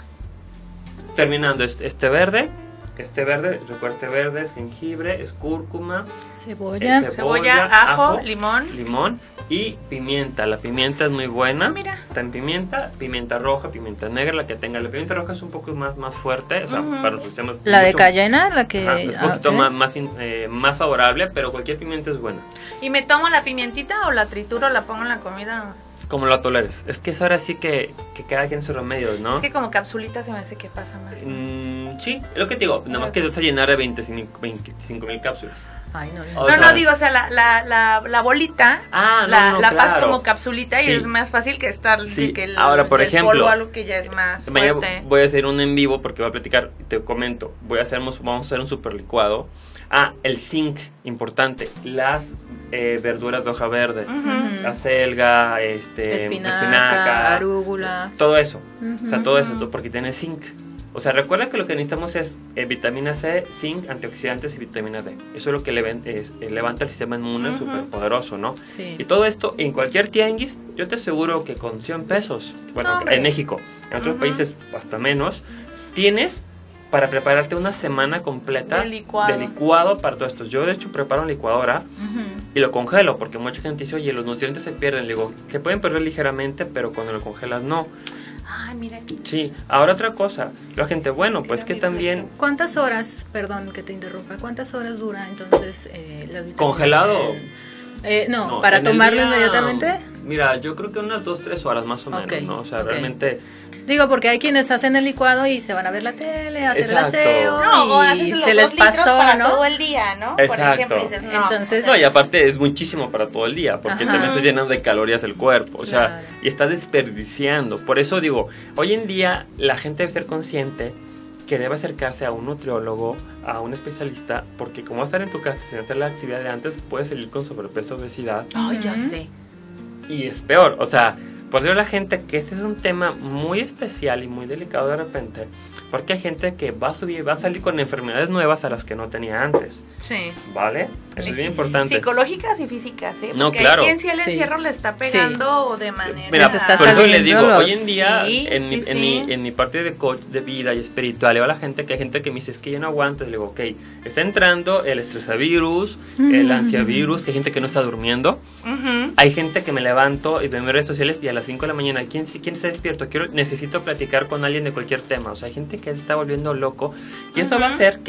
D: terminando, este, este verde, este verde, recuerda, este verde es jengibre, es cúrcuma,
A: cebolla.
D: es
C: Cebolla, ajo, limón.
D: limón y pimienta. La pimienta es muy buena.
C: Ah, mira.
D: Está en pimienta, pimienta roja, pimienta negra, la que tenga. La pimienta roja es un poco más, más fuerte, o sea,
C: Ujú.
D: para los sistemas.
A: La de
D: mucho-
A: cayena, la que...
D: Ajá, es un
A: ah,
D: poquito
A: ok.
D: más, más, in- eh, más favorable, pero cualquier pimienta es buena.
C: ¿Y me tomo la pimientita o la trituro o la pongo en la comida?
D: Como la toleres. Es que es ahora sí que, que cada quien sus remedios, ¿no?
C: Es que como capsulita se me hace que pasa más. ¿no?
D: Mm, sí, es lo que te digo. Nada más que te vas a llenar de veinticinco mil cápsulas.
A: Ay, no,
D: O
C: no,
D: sea-
C: no, digo, o sea, la, la, la, la bolita
D: Ah, no,
C: la,
D: no,
C: la pasas
D: claro.
C: como capsulita y
D: Sí.
C: es más fácil que estar
D: Sí.
C: que el,
D: Ahora, por
C: el
D: ejemplo,
C: polvo, algo que ya es más
D: Mañana
C: fuerte.
D: voy a hacer un en vivo porque voy a platicar, te comento, voy a hacer, vamos a hacer un super licuado. Ah, el zinc, importante, las eh, verduras de hoja verde,
C: Ujú.
D: la selga, este,
A: espinaca, arúgula.
D: todo eso, o sea,
A: Ujú.
D: todo eso, todo porque tiene zinc. O sea, recuerda que lo que necesitamos es eh, vitamina C, zinc, antioxidantes y vitamina D. Eso es lo que leven- es- eh, levanta el sistema inmune
C: Ujú.
D: súper poderoso, ¿no?
A: Sí.
D: Y todo esto en cualquier tianguis, yo te aseguro que con cien pesos, bueno,
C: No, hombre.
D: en México, en otros
C: Ujú.
D: países hasta menos, tienes para prepararte una semana completa
C: De licuado.
D: de licuado para todo esto. Yo de hecho preparo en licuadora
A: Ujú.
D: y lo congelo, porque mucha gente dice, oye, los nutrientes se pierden. Le digo, se pueden perder ligeramente, pero cuando lo congelas no.
C: Ay, mira.
D: Sí, ahora otra cosa, la gente, bueno, pues que también
A: ¿Cuántas horas, perdón que te interrumpa, cuántas horas dura entonces eh, las vitaminas?
D: ¿Congelado?
A: Eh, eh, no,
D: no,
A: para
D: en el
A: tomarlo
D: día,
A: inmediatamente.
D: Mira, yo creo que unas dos, tres horas más o menos,
A: Ok,
D: ¿no? O sea,
A: ok.
D: realmente...
A: Digo, porque hay quienes hacen el licuado y se van a ver la tele, a hacer
D: Exacto.
A: el aseo
C: No, o
A: y
C: haces los
A: se les
C: dos litros
A: pasó,
C: para
A: ¿no?
C: todo el día, ¿no?
D: Exacto.
C: Por ejemplo, dices, no.
A: Entonces-
D: No, y aparte es muchísimo para todo el día, porque
A: Ajá.
D: también estoy llenando de calorías el cuerpo, o sea,
A: Claro.
D: y está desperdiciando. Por eso digo, hoy en día la gente debe ser consciente que debe acercarse a un nutriólogo, a un especialista, porque como vas a estar en tu casa sin hacer la actividad de antes, puedes salir con sobrepeso, obesidad,
C: Ay, ya
A: Ujú.
C: sé.
D: y es peor. O sea, por eso la gente que este es un tema muy especial y muy delicado de repente, porque hay gente que va a subir, va a salir con enfermedades nuevas a las que no tenía antes,
C: Sí.
D: ¿vale? Eso es bien importante.
C: Psicológicas y físicas, ¿eh?
D: No,
C: Porque
D: claro.
C: hay quien si el
A: Sí.
C: encierro le está pegando de manera...
D: Mira,
A: Les está
D: por eso le
A: saliendo
D: digo,
A: los-
D: hoy en día,
C: Sí,
D: en, mi,
C: sí,
D: en,
C: sí.
D: mi, en mi parte de coach de vida y espiritual, le digo a la gente que hay gente que me dice, es que yo no aguanto. Y le digo, ok, está entrando el estresavirus, el ansiavirus, que hay gente que no está durmiendo.
C: Ujú.
D: Hay gente que me levanto y veo en redes sociales y a las cinco de la mañana, ¿quién, quién está despierto? Quiero, necesito platicar con alguien de cualquier tema. O sea, hay gente que se está volviendo loco y eso va a
C: Ujú.
D: hacer que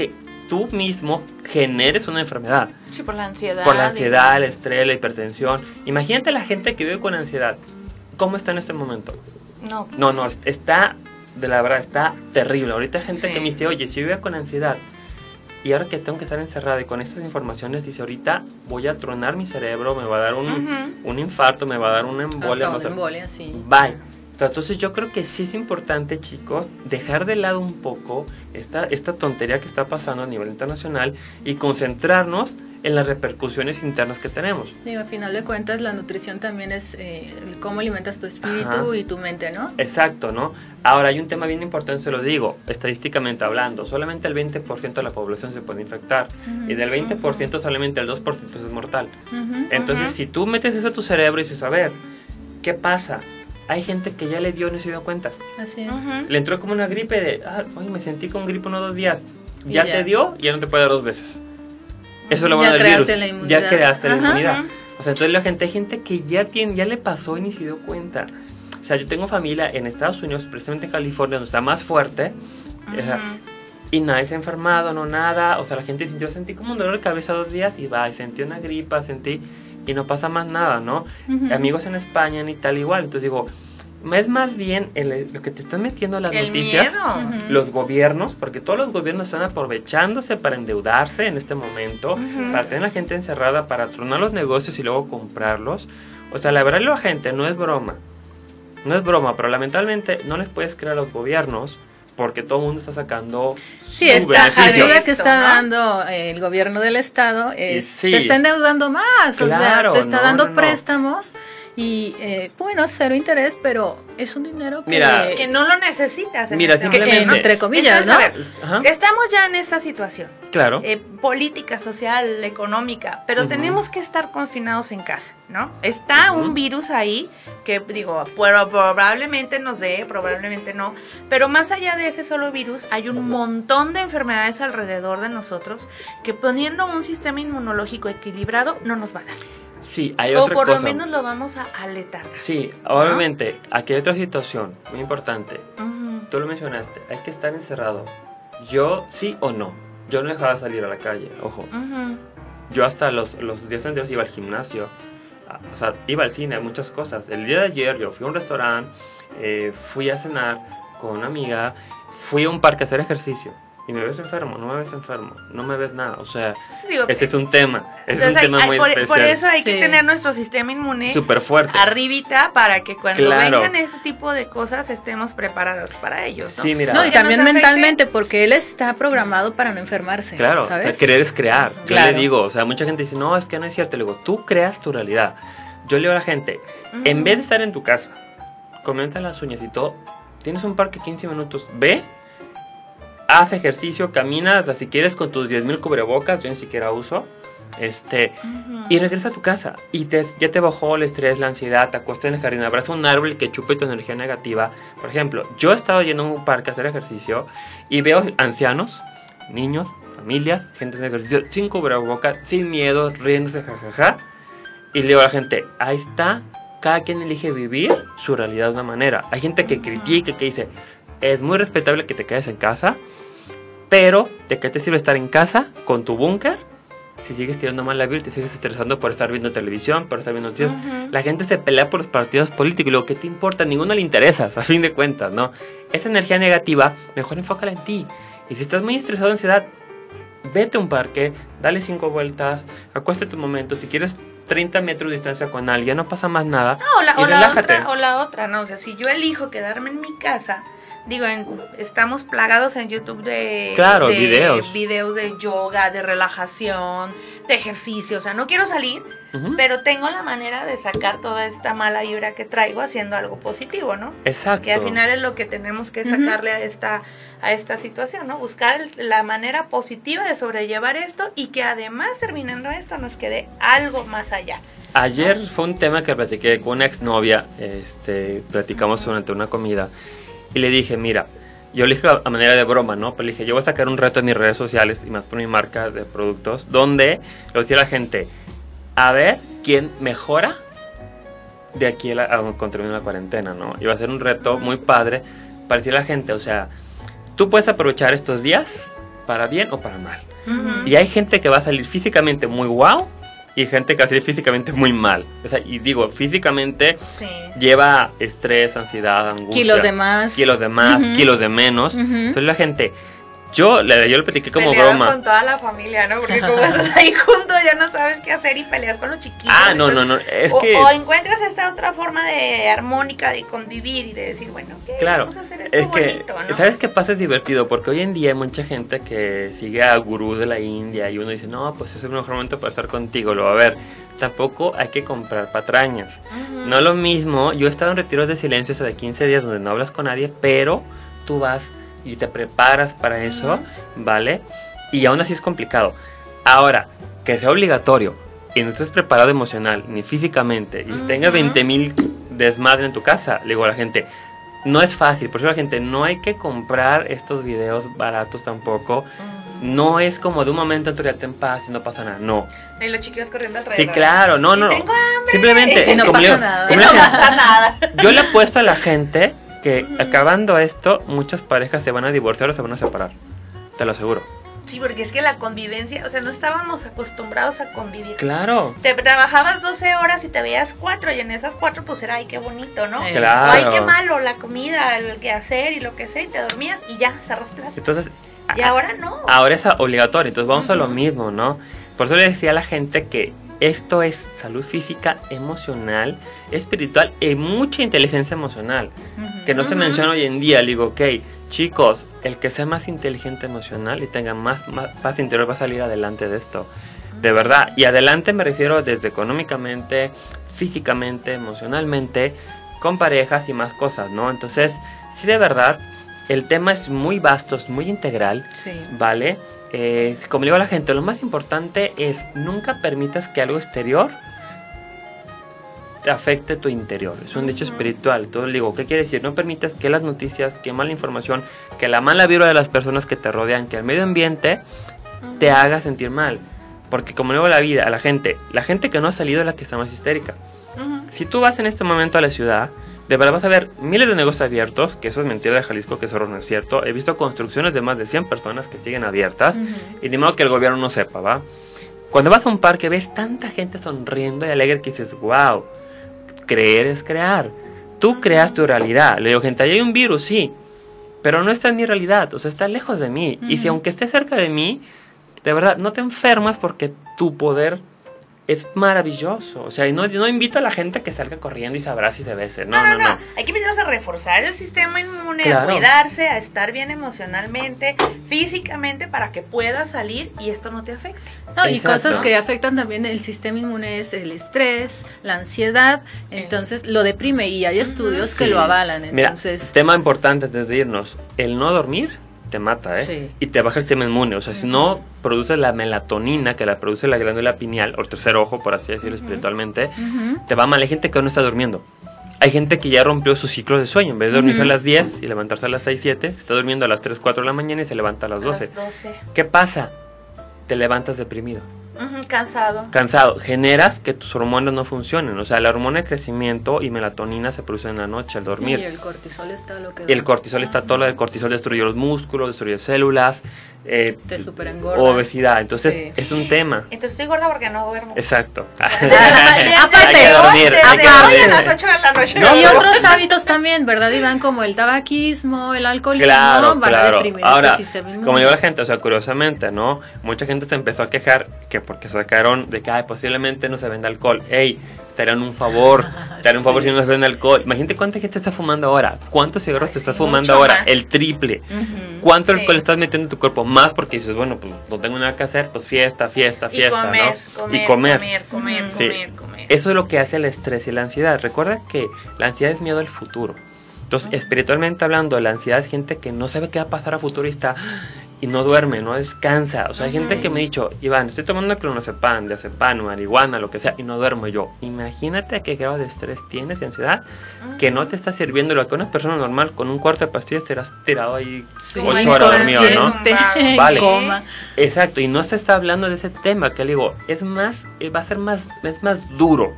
D: tú mismo generes una enfermedad.
C: Sí, por la ansiedad.
D: Por la ansiedad, el estrés, la hipertensión. Imagínate la gente que vive con ansiedad. ¿Cómo está en este momento?
C: No.
D: No, no, está, de la verdad, está terrible. Ahorita hay gente
C: Sí.
D: que me dice, oye, si yo vivo con ansiedad y ahora que tengo que estar encerrada y con estas informaciones, dice, ahorita voy a tronar mi cerebro, me va a dar un,
C: Ujú.
D: un infarto, me va a dar una embolia.
A: Hasta
D: no
A: una
D: sé.
A: embolia, sí.
D: Bye. Entonces yo creo que sí es importante, chicos, dejar de lado un poco esta, esta tontería que está pasando a nivel internacional y concentrarnos en las repercusiones internas que tenemos.
A: Digo, a final de cuentas, la nutrición también es eh, el cómo alimentas tu espíritu
D: Ajá.
A: y tu mente, ¿no?
D: Exacto, ¿no? Ahora hay un tema bien importante, se lo digo, estadísticamente hablando, solamente el veinte por ciento de la población se puede infectar
A: Ujú,
D: y del veinte por ciento solamente el dos por ciento es mortal.
A: Ujú.
D: Entonces,
C: Ujú.
D: si tú metes eso a tu cerebro y dices, a ver, ¿qué pasa? Hay gente que ya le dio y no se dio cuenta.
A: Así es.
C: Ujú.
D: Le entró como una gripe de, ah, oye, me sentí con gripe uno o dos días. Ya,
A: Y ya.
D: te dio, ya no te puede dar dos veces. Eso es lo
A: Ya
D: bueno del
A: creaste
D: virus.
A: la inmunidad.
D: Ya creaste la
A: Ajá.
D: inmunidad. O sea, entonces la gente, hay gente que ya tiene, ya le pasó y ni se dio cuenta. O sea, yo tengo familia en Estados Unidos, precisamente en California, donde está más fuerte. O sea,
C: Ujú.
D: y nadie se ha enfermado, no nada. O sea, la gente sintió, sentí como un dolor de cabeza dos días y va, y sentí una gripa, sentí, y no pasa más nada, ¿no?
A: Ujú.
D: Amigos en España, en Italia igual. Entonces digo, es más bien el- lo que te están metiendo las
C: El
D: noticias,
C: miedo.
A: Ujú.
D: los gobiernos, porque todos los gobiernos están aprovechándose para endeudarse en este momento,
C: Ujú.
D: para tener a la gente encerrada, para tronar los negocios y luego comprarlos. O sea, la verdad la gente no es broma, no es broma, pero lamentablemente no les puedes creer a los gobiernos porque todo el mundo está sacando
A: Sí,
D: su
A: esta
D: beneficio.
A: ayuda que está
C: ¿no?
A: dando eh, el gobierno del estado es,
D: sí.
A: te está endeudando más, o sea,
D: Claro,
A: te está
D: no,
A: dando
D: no, no.
A: préstamos y, eh, bueno, cero interés, pero es un dinero que...
D: Mira,
C: Que no lo necesitas. en
D: Mira,
C: este
A: que,
D: simplemente-
C: momento,
A: entre comillas,
C: Entonces, a
A: ¿no?
C: ver,
D: Ajá,
C: estamos ya en esta situación.
D: claro.
C: eh, política, social, económica, pero
D: Ujú.
C: tenemos que estar confinados en casa, ¿no? Está
D: Ujú.
C: un virus ahí que, digo, pero probablemente nos dé, probablemente no, pero más allá de ese solo virus, hay un montón de enfermedades alrededor de nosotros que poniendo un sistema inmunológico equilibrado no nos va a dar.
D: Sí, hay
C: O
D: otra
C: por
D: cosa.
C: lo menos lo vamos a aletar.
D: Sí, obviamente, aquí hay otra situación muy importante.
C: Ujú.
D: Tú lo mencionaste, hay que estar encerrado. Yo, sí o no. Yo no dejaba de salir a la calle, ojo.
C: Ujú.
D: Yo hasta los, los días anteriores iba al gimnasio. a- O sea, iba al cine, muchas cosas. El día de ayer yo fui a un restaurante, eh, fui a cenar con una amiga, fui a un parque a hacer ejercicio. Y me ves enfermo, no me ves enfermo, no me ves nada. O sea,
C: Sí, digo,
D: este es un tema, es
C: entonces
D: un
C: hay-
D: tema
C: hay-
D: muy
C: por,
D: especial.
C: por eso hay que
A: Sí.
C: tener nuestro sistema inmune
D: Súper fuerte.
C: arribita para que cuando
D: Claro.
C: vengan este tipo de cosas estemos preparados para ellos, ¿no?
D: Sí, mira.
A: No, y
C: Que
A: también
C: nos afecte-
A: mentalmente, porque él está programado para no enfermarse,
D: Claro,
A: ¿sabes?
D: o sea, querer es crear. Yo
A: Claro.
D: le digo, o sea, mucha gente dice, no, es que no es cierto. Le digo, tú creas tu realidad. Yo le digo a la gente, en
C: Ujú.
D: vez de estar en tu casa, comenta las uñas y todo, tienes un parque quince minutos, ve, haz ejercicio, camina, o sea, si quieres con tus diez mil cubrebocas, yo ni siquiera uso, este,
C: Ujú.
D: y regresa a tu casa. Y te, ya te bajó el estrés, la ansiedad, te acuestas en el jardín, abraza un árbol que chupe tu energía negativa. Por ejemplo, yo he estado yendo a un parque a hacer ejercicio y veo ancianos, niños, familias, gente haciendo ejercicio sin cubrebocas, sin miedo, riéndose, jajaja. Y le digo a la gente, ahí está, cada quien elige vivir su realidad de una manera. Hay gente que critica, que dice, es muy respetable que te quedes en casa, pero ¿de qué te sirve estar en casa con tu búnker si sigues tirando mal la vida y te sigues estresando por estar viendo televisión, por estar viendo noticias?
C: Ujú.
D: La gente se pelea por los partidos políticos y lo que te importa, a ninguno le interesas, a fin de cuentas, ¿no? Esa energía negativa, mejor enfócala en ti. Y si estás muy estresado, ansiedad, vete a un parque, dale cinco vueltas, acuéstate un momento, si quieres treinta metros de distancia con alguien, no pasa más nada.
C: No, o la,
D: y
C: o la
D: relájate.
C: otra, o la otra, ¿no? O sea, si yo elijo quedarme en mi casa, digo, en- estamos plagados en YouTube de,
D: Claro,
C: de
D: videos.
C: videos de yoga, de relajación, de ejercicio. O sea, no quiero salir,
D: Ujú.
C: pero tengo la manera de sacar toda esta mala vibra que traigo haciendo algo positivo, ¿no?
D: Exacto.
C: Que al final es lo que tenemos que sacarle a esta a esta situación, ¿no? Buscar el- la manera positiva de sobrellevar esto y que además terminando esto nos quede algo más allá.
D: Ayer fue un tema que platiqué con una exnovia, este, platicamos durante una comida y le dije, mira, yo le dije a manera de broma, ¿no? Pero le dije, yo voy a sacar un reto en mis redes sociales y más por mi marca de productos, donde le voy a decir a la gente, a ver quién mejora de aquí a, la, a cuando termine la cuarentena, ¿no? Y va a ser un reto muy padre para decirle a la gente, o sea, tú puedes aprovechar estos días para bien o para mal.
C: Ujú.
D: Y hay gente que va a salir físicamente muy guau y gente que va a salir físicamente muy mal. O sea, y digo, físicamente
C: Sí.
D: lleva estrés, ansiedad, angustia.
A: Kilos de más.
D: Kilos de más,
A: Ujú.
D: kilos de menos.
A: Ujú.
D: Entonces la gente, yo le, yo le platiqué como
C: Peleado
D: broma.
C: con toda la familia, ¿no? Porque como estás ahí juntos ya no sabes qué hacer y peleas con los chiquitos.
D: Ah, no, no, no, es
C: o,
D: que...
C: o encuentras esta otra forma de armónica de convivir y de decir, bueno, ¿qué?
D: Claro,
C: Vamos a hacer esto
D: es que,
C: bonito, ¿no?
D: ¿sabes qué pasa? Es divertido, porque hoy en día hay mucha gente que sigue a gurús de la India y uno dice, no, pues es el mejor momento para estar contigo, lo va a ver. Tampoco hay que comprar patrañas.
C: Ujú.
D: No lo mismo, yo he estado en retiros de silencio hace de quince días donde no hablas con nadie, pero tú vas y te preparas para eso, ¿vale? Y aún así es complicado. Ahora, que sea obligatorio y no estés preparado emocional ni físicamente y tengas veinte mil desmadre en tu casa, le digo a la gente, no es fácil. Por eso la gente, no hay que comprar estos videos baratos tampoco. No es como de un momento a otro ya te en paz y no pasa nada, no.
C: Y los chiquillos corriendo alrededor.
D: Sí, claro, no,
C: Y
D: no.
C: tengo hambre.
D: Simplemente,
A: Y no
D: como
A: pasa
D: le-
A: nada.
D: como
C: Y
D: la
C: no
D: gente-
C: pasa nada.
D: yo le apuesto a la gente que acabando esto, muchas parejas se van a divorciar o se van a separar. Te lo aseguro.
C: Sí, porque es que la convivencia, o sea, no estábamos acostumbrados a convivir.
D: Claro.
C: Te trabajabas doce horas y te veías cuatro, y en esas cuatro pues era, ay, qué bonito, ¿no?
A: Eh,
D: Claro.
C: O, ay, qué malo, la comida, el quehacer y lo que sea, y te dormías y ya, cerras plazo.
D: Entonces,
C: Y ahora no.
D: ahora es obligatorio. Entonces vamos a lo mismo, ¿no? Por eso le decía a la gente que esto es salud física, emocional, espiritual y mucha inteligencia emocional. Que no se
C: Ujú.
D: menciona hoy en día. Le digo, ok, chicos, el que sea más inteligente emocional y tenga más, más paz interior va a salir adelante de esto. De verdad. Y adelante me refiero desde económicamente, físicamente, emocionalmente, con parejas y más cosas, ¿no? Entonces, sí, de verdad, el tema es muy vasto, es muy integral,
A: Sí.
D: ¿vale? Eh, como le digo a la gente, lo más importante es nunca permitas que algo exterior te afecte tu interior. Es un dicho espiritual. Entonces le digo, ¿qué quiere decir? No permitas que las noticias, que mala información, que la mala vibra de las personas que te rodean, que el medio ambiente te haga sentir mal. Porque como le digo a la vida, a la gente, la gente que no ha salido es la que está más histérica.
C: Ujú.
D: Si tú vas en este momento a la ciudad, de verdad vas a ver miles de negocios abiertos, que eso es mentira de Jalisco, que eso no es cierto. He visto construcciones de más de cien personas que siguen abiertas, y ni modo que el gobierno no sepa, ¿va? Cuando vas a un parque ves tanta gente sonriendo y alegre que dices, wow, creer es crear. Tú creas tu realidad. Le digo, gente, ahí hay un virus, sí, pero no está en mi realidad, o sea, está lejos de mí. Y si aunque esté cerca de mí, de verdad, no te enfermas porque tu poder es maravilloso. O sea, y no, no invito a la gente a que salga corriendo y se abrace y se bese. No, no, no.
C: Hay que invitarnos a reforzar el sistema inmune,
D: Claro.
C: a cuidarse, a estar bien emocionalmente, físicamente, para que puedas salir y esto no te afecte.
A: No, y
D: Exacto.
A: cosas que afectan también el sistema inmune es el estrés, la ansiedad, entonces lo deprime y hay estudios que
D: Sí.
A: lo avalan,
D: Mira,
A: entonces
D: tema importante antes de irnos. El no dormir te mata, ¿eh?
A: Sí.
D: Y te baja el sistema inmune. O sea, si no produces la melatonina, que la produce la glándula pineal, o el tercer ojo, por así decirlo espiritualmente,
A: Ujú.
D: te va mal. Hay gente que no está durmiendo. Hay gente que ya rompió su ciclo de sueño. En vez de dormirse
A: Ujú.
D: a las diez y levantarse a las seis, siete, se está durmiendo a las tres, cuatro de la mañana y se levanta a las doce.
C: A las doce.
D: ¿Qué pasa? Te levantas deprimido,
C: Ujú, cansado.
D: cansado. Generas que tus hormonas no funcionen. O sea, la hormona de crecimiento y melatonina se producen en la noche al dormir.
A: y el cortisol está lo que
D: Y el
A: da.
D: cortisol está todo, el cortisol destruye los músculos, destruye células, eh,
A: Te superengorda.
D: obesidad. Entonces
A: Sí.
D: es un tema.
C: Entonces estoy gorda porque no duermo.
D: Exacto.
A: Aparte,
D: hay que dormir,
C: Desde
D: hay que
C: hoy a
D: dormir.
C: las ocho de la noche.
D: No,
A: y
D: pero-
A: otros hábitos también, ¿verdad, Iván? Como el tabaquismo, el alcoholismo,
D: Claro,
A: van a
D: claro.
A: deprimir
D: Ahora,
A: este sistema inmune.
D: como le digo a la gente, o sea, curiosamente, ¿no? Mucha gente se empezó a quejar que porque sacaron de que ay, posiblemente no se vende alcohol. Ey, te harán un favor, te harán un favor si no se vende alcohol. Imagínate cuánta gente está fumando ahora. ¿Cuántos cigarros te estás fumando
C: mucho
D: ahora?
C: más.
D: El triple.
C: Ujú,
D: ¿Cuánto
C: sí.
D: alcohol estás metiendo en tu cuerpo? Más porque dices, bueno, pues no tengo nada que hacer, pues fiesta, fiesta,
C: Y
D: fiesta,
C: comer,
D: ¿no?
C: comer,
D: y comer.
C: comer, comer,
A: Ujú.
D: Sí.
C: comer, comer.
D: Eso es lo que hace el estrés y la ansiedad. Recuerda que la ansiedad es miedo al futuro. Entonces, espiritualmente hablando, la ansiedad es gente que no sabe qué va a pasar a futuro y está y no duerme, no descansa. O sea, hay gente que me ha dicho, Iván, estoy tomando clonazepam, diazepam, marihuana, lo que sea, y no duermo. Yo, imagínate a qué grado de estrés tienes, de ansiedad, que no te está sirviendo lo que una persona normal con un cuarto de pastillas te has tirado ahí
A: Sí,
D: ocho horas dormido, ¿no?
A: inconsciente, en
D: Vale.
A: coma.
D: Exacto, y no se está hablando de ese tema, que le digo, es más, eh, va a ser más, es más duro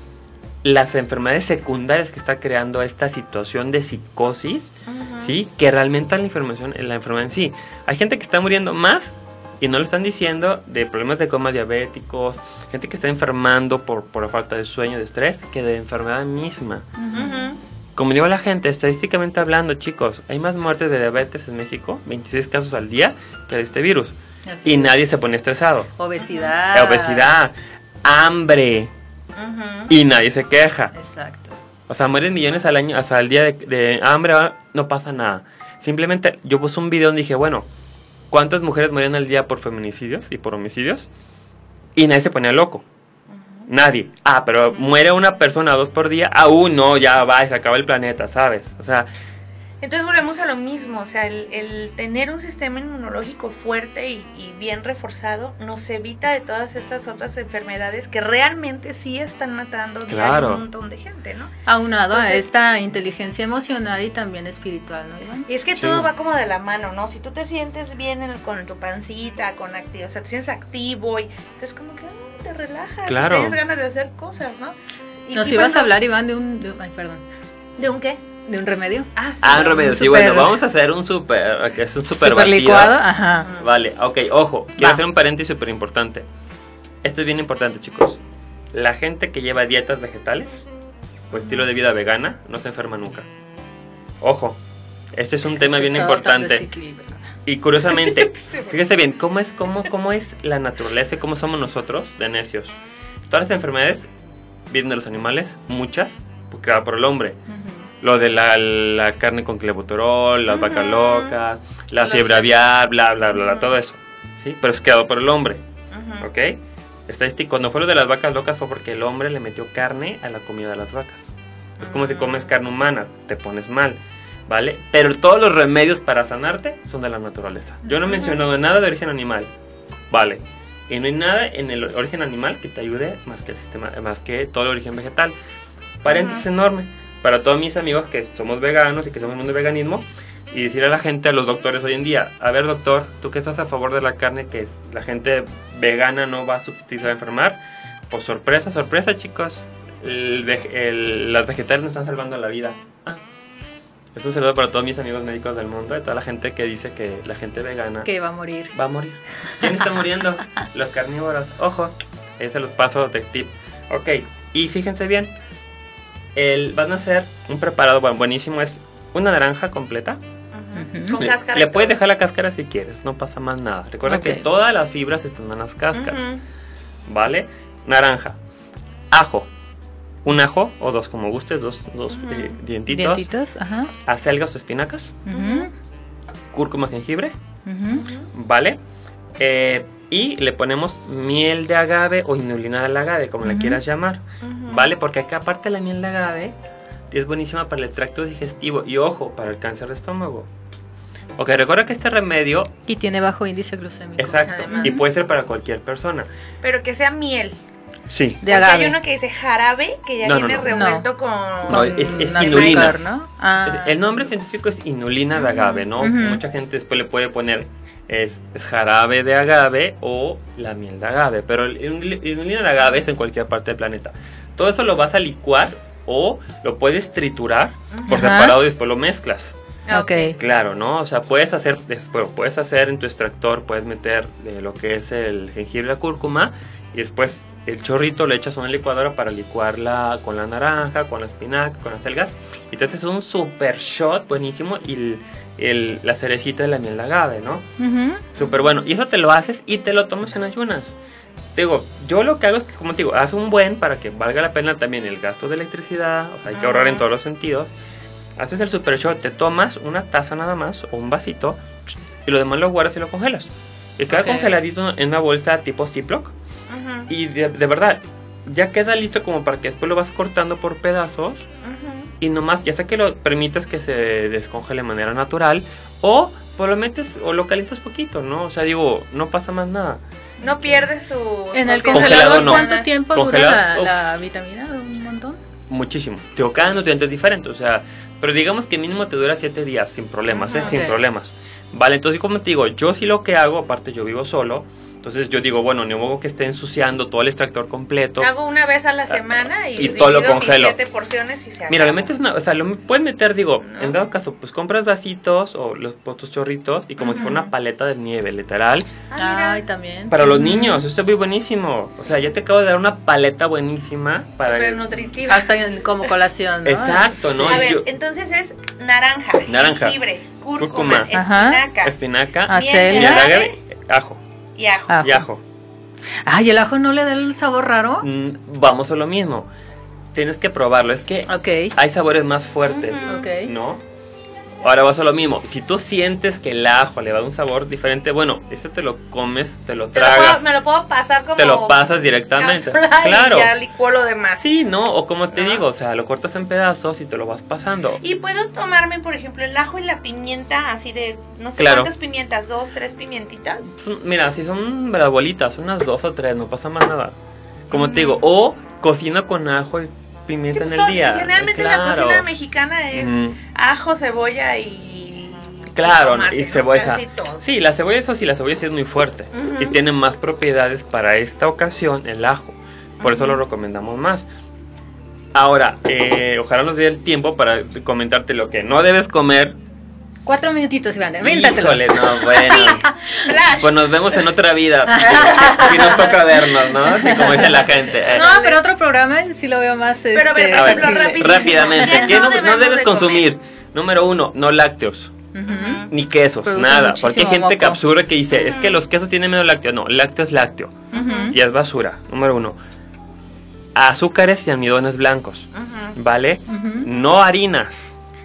D: las enfermedades secundarias que está creando esta situación de psicosis, ¿sí? Que realmente la información, la enfermedad en sí. Hay gente que está muriendo más Y no lo están diciendo de problemas de coma diabéticos, gente que está enfermando por, por la falta de sueño, de estrés, que de enfermedad misma.
C: Ujú.
D: Como digo a la gente, estadísticamente hablando, chicos, hay más muertes de diabetes en México, veintiséis casos al día, que de este virus.
A: Así
D: Y
A: es.
D: nadie se pone estresado.
A: Obesidad.
D: La obesidad, hambre,
C: Ujú.
D: y nadie se queja.
A: Exacto.
D: O sea, mueren millones al año, hasta el día de, de hambre, no pasa nada. Simplemente yo puse un video donde dije, bueno, ¿cuántas mujeres mueren al día por feminicidios y por homicidios? Y nadie se ponía loco. Nadie. Ah, pero muere una persona dos por día. Ah, uh, no, ya va, se acaba el planeta, ¿sabes? O sea,
C: Entonces volvemos a lo mismo, o sea, el, el tener un sistema inmunológico fuerte y, y bien reforzado nos evita de todas estas otras enfermedades que realmente sí están matando diario
D: Claro.
C: a un montón de gente, ¿no?
A: Aunado a
C: Entonces-
A: esta inteligencia emocional y también espiritual, ¿no, Iván?
C: Y es que
D: Sí.
C: todo va como de la mano, ¿no? Si tú te sientes bien en- con tu pancita, con activo, o sea, te sientes activo y entonces como que ah, te relajas,
D: Claro.
C: y tienes ganas de hacer cosas, ¿no? Y-
A: Nos
C: y
A: ibas
C: cuando-
A: a hablar, Iván, de un... de- ay, perdón.
C: ¿De un qué?
A: ¿De un remedio?
C: Ah, sí.
D: ah, remedio. Sí,
A: super-
D: bueno, vamos a hacer un super, que es un super,
A: Super
D: batido.
A: licuado, ajá.
D: Vale, ok, ojo, quiero
A: Va.
D: hacer un paréntesis súper importante. Esto es bien importante, chicos. La gente que lleva dietas vegetales o estilo de vida vegana no se enferma nunca. Ojo, este es un tema bien
A: Estado tan
D: importante.
A: desequilibrado.
D: Y curiosamente, fíjense bien, ¿cómo es, cómo, cómo es la naturaleza y cómo somos nosotros de necios? Todas las enfermedades vienen de los animales, muchas, creadas por el hombre. Lo de la, la carne con clenbuterol, las
C: Ujú.
D: vacas locas, la
C: Los
D: fiebre
C: que-
D: aviar, bla, bla, bla, bla,
C: Ujú.
D: todo eso. ¿Sí? Pero es creado por el hombre,
C: Ujú.
D: ¿ok? Estadística, cuando fue lo de las vacas locas fue porque el hombre le metió carne a la comida de las vacas. Es como si comes carne humana, te pones mal, ¿vale? Pero todos los remedios para sanarte son de la naturaleza. Yo no he mencionado nada de origen animal, ¿vale? Y no hay nada en el origen animal que te ayude más que el sistema, más que todo el origen vegetal. Paréntesis enorme para todos mis amigos que somos veganos y que somos en el mundo del veganismo, y decirle a la gente, a los doctores hoy en día, a ver doctor, tú que estás a favor de la carne, que es, la gente vegana no va a subsistir, se va a enfermar, pues sorpresa, sorpresa chicos, el veg- el- las vegetales nos están salvando la vida. Ah. Es un saludo para todos mis amigos médicos del mundo, de toda la gente que dice que la gente vegana
A: Que va a morir.
D: va a morir. ¿Quién está muriendo? Los carnívoros. Ojo, ese los paso de tip. Ok, y fíjense bien, el, van a hacer un preparado bueno, buenísimo, es una naranja completa.
C: Ujú.
A: Ujú.
C: Con
D: Le,
C: cáscara.
D: le
C: y
D: puedes
C: todo.
D: dejar la cáscara si quieres, no pasa más nada. Recuerda
A: Ok.
D: que todas las fibras están en las cáscaras,
C: Ujú.
D: ¿vale? Naranja, ajo, un ajo o dos como gustes, dos, dos
C: Ujú.
D: eh, dientitos,
A: Dientitos, ajá.
D: acelgas o espinacas,
A: Ujú,
D: cúrcuma, jengibre,
A: ujú.
D: ¿vale? Eh, y le ponemos miel de agave o inulina del agave, como la
A: Ujú.
D: quieras llamar,
C: Ujú.
D: ¿vale? Porque acá aparte la miel de agave es buenísima para el tracto digestivo y ojo, para el cáncer de estómago. Ok, recuerda que este remedio,
A: Y tiene bajo índice glucémico.
D: exacto,
C: además.
D: y puede ser para cualquier persona.
C: Pero que sea miel.
D: Sí.
A: De
C: Porque
A: agave.
C: hay uno que dice jarabe, que ya
D: No, no,
C: viene
D: no.
C: revuelto con...
D: No,
A: Con
D: es- es
A: azúcar,
D: inulina.
A: ¿no? Ah.
D: El nombre científico es inulina de agave, ¿no?
A: Ujú.
D: Mucha gente después le puede poner es, es jarabe de agave o la miel de agave, pero el inul- inulina de agave es en cualquier parte del planeta. Todo eso lo vas a licuar o lo puedes triturar por
A: Ajá.
D: separado y después lo mezclas.
A: Ok.
D: Claro, ¿no? O sea, puedes hacer, después, puedes hacer en tu extractor, puedes meter eh, lo que es el jengibre, la cúrcuma, y después el chorrito lo echas a una licuadora para licuarla con la naranja, con la espinaca, con las algas, y te haces un super shot buenísimo y el, el- la cerecita de la miel de agave, ¿no?
A: Ujú.
D: Súper bueno. Y eso te lo haces y te lo tomas en ayunas. Te digo, yo lo que hago es que, como te digo, haz un buen para que valga la pena también el gasto de electricidad, o sea, hay que ahorrar en todos los sentidos. Haces el super shot, te tomas una taza nada más o un vasito y lo demás lo guardas y lo congelas. Y queda
A: Ok.
D: congeladito en una bolsa tipo Ziploc.
C: Ujú,
D: Y de, de verdad, ya queda listo como para que después lo vas cortando por pedazos
C: ujú.
D: y nomás, ya sea que lo permitas que se descongele de manera natural o pues lo metes o lo calientas poquito, ¿no? O sea, digo, no pasa más nada.
C: No pierdes su...
A: En el
C: su
D: Congelado
A: congelador,
D: no.
A: ¿cuánto tiempo
D: Congelado,
A: dura la,
D: uf.
A: la vitamina? ¿Un montón?
D: Muchísimo. Digo, cada nutriente es diferente, o sea, pero digamos que mínimo te dura siete días sin problemas, ¿eh?
A: Ajá,
D: Sin
A: ok.
D: problemas. Vale, entonces como te digo, yo sí lo que hago, aparte yo vivo solo, Entonces yo digo, bueno, ni modo que esté ensuciando todo el extractor completo.
C: Hago una vez a la semana y,
D: y todo lo
C: divido mis
D: congelo.
C: siete porciones y se acabó.
D: Mira, le metes una, o sea, lo puedes meter, digo,
C: No.
D: en dado caso, pues compras vasitos o los tus chorritos y como uh-huh. si fuera una paleta de nieve, literal.
A: Ah, Ay, también.
D: Para los niños, esto es muy buenísimo. O sea, ya te acabo de dar una paleta buenísima para
C: Súper
D: el...
C: nutritiva.
A: Hasta en- como colación, ¿no?
D: Exacto,
A: Sí.
D: ¿no?
C: A ver,
D: Yo-
C: entonces es naranja,
D: Naranja.
C: jengibre,
D: Cúrcuma.
C: cúrcuma,
A: Ajá.
C: espinaca,
D: espinaca,
A: Acelga.
C: miel de
D: miel de
C: agave
D: agave, ajo
C: y ajo.
A: Ajo.
D: y ajo.
A: Ay, ¿el ajo no le da el sabor raro?
D: Mm, vamos a lo mismo. Tienes que probarlo. Es que
A: Ok.
D: hay sabores más fuertes,
C: Ujú.
A: Ok.
D: ¿no? Ahora vas a lo mismo. Si tú sientes que el ajo le va a dar un sabor diferente, bueno, ese te lo comes, te lo
C: Te lo
D: tragas,
C: puedo- me lo puedo pasar como
D: te lo pasas directamente.
C: cápsula y
D: Claro.
C: ya licuó lo demás.
D: Sí, ¿no? O como te
C: ¿No?
D: digo, o sea, lo cortas en pedazos y te lo vas pasando.
C: Y puedo tomarme, por ejemplo, el ajo y la pimienta, así de, no sé
D: Claro.
C: cuántas pimientas, dos, tres pimientitas.
D: Mira, si son las bolitas, unas dos o tres, no pasa más nada. Como te
C: Mm.
D: digo, o cocino con ajo y pimienta en el día.
C: Generalmente la
D: Claro.
C: cocina mexicana es
D: Mm.
C: ajo, cebolla y...
D: Claro,
C: tomate,
D: y
C: ¿no?
D: cebolla.
C: Casi todo.
D: Sí, la cebolla, eso sí, la cebolla sí es muy fuerte.
C: Ujú.
D: Y tiene más propiedades para esta ocasión el ajo. Por eso lo recomendamos más. Ahora, eh, ojalá nos dé el tiempo para comentarte lo que no debes comer.
A: Cuatro minutitos, Iván. Véntatelo.
D: Híjole, no, bueno.
C: Flash.
D: Pues nos vemos en otra vida. Si nos toca vernos, ¿no? Así como dice la gente. Eh,
A: No, pero otro programa sí lo veo más.
C: Pero a ver,
A: este,
C: por ejemplo,
A: factible.
C: rapidísimo.
D: rápidamente.
C: ¿Qué
D: ¿Qué
C: no
D: no, no
C: debemos
D: debes
C: de
D: consumir? Número uno, no lácteos.
A: Ujú.
D: Ni quesos,
A: Produce
D: nada.
A: muchísimo
D: Porque hay gente que
A: moco.
D: absurda que dice, es que los quesos tienen menos lácteo. No, lácteo es lácteo.
A: Ujú.
D: Y es basura. Número uno. Azúcares y almidones blancos.
C: Ujú.
D: ¿Vale?
A: Ujú.
D: No harinas.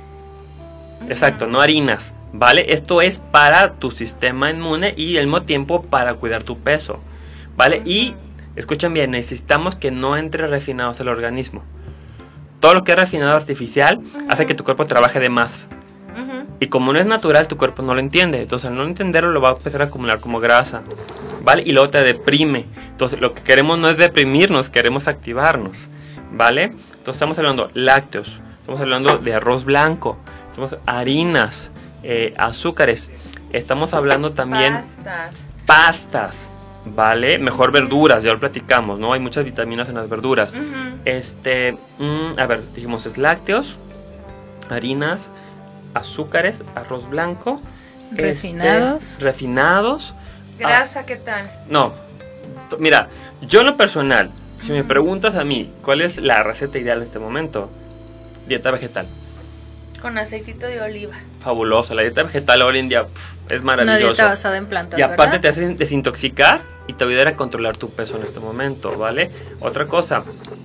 D: Exacto, no harinas. ¿Vale? Esto es para tu sistema inmune y al mismo tiempo para cuidar tu peso. ¿Vale? Y escuchen bien, necesitamos que no entre refinados al organismo. Todo lo que es refinado artificial hace que tu cuerpo trabaje de más.
C: Ujú.
D: Y como no es natural, tu cuerpo no lo entiende. Entonces, al no entenderlo, lo va a empezar a acumular como grasa. ¿Vale? Y luego te deprime. Entonces, lo que queremos no es deprimirnos, queremos activarnos. ¿Vale? Entonces, estamos hablando de lácteos. Estamos hablando de arroz blanco. Estamos harinas, eh, azúcares. Estamos hablando también
C: Pastas.
D: pastas. ¿Vale? Mejor verduras, ya lo platicamos, ¿no? Hay muchas vitaminas en las verduras.
C: Ujú.
D: Este, mm, a ver, dijimos es lácteos, harinas, azúcares, arroz blanco, este,
A: Refinados.
D: refinados.
C: Grasa, ¿qué tal?
D: No, t- mira, yo en lo personal, si me preguntas a mí cuál es la receta ideal en este momento, dieta vegetal,
C: Con aceitito de oliva.
D: fabulosa. La dieta vegetal hoy en día pf, es
A: Una
D: maravillosa.
A: dieta basada en plantas,
D: Y aparte
A: ¿verdad?
D: te hace desintoxicar y te ayudará a controlar tu peso en este momento, ¿vale? Otra cosa,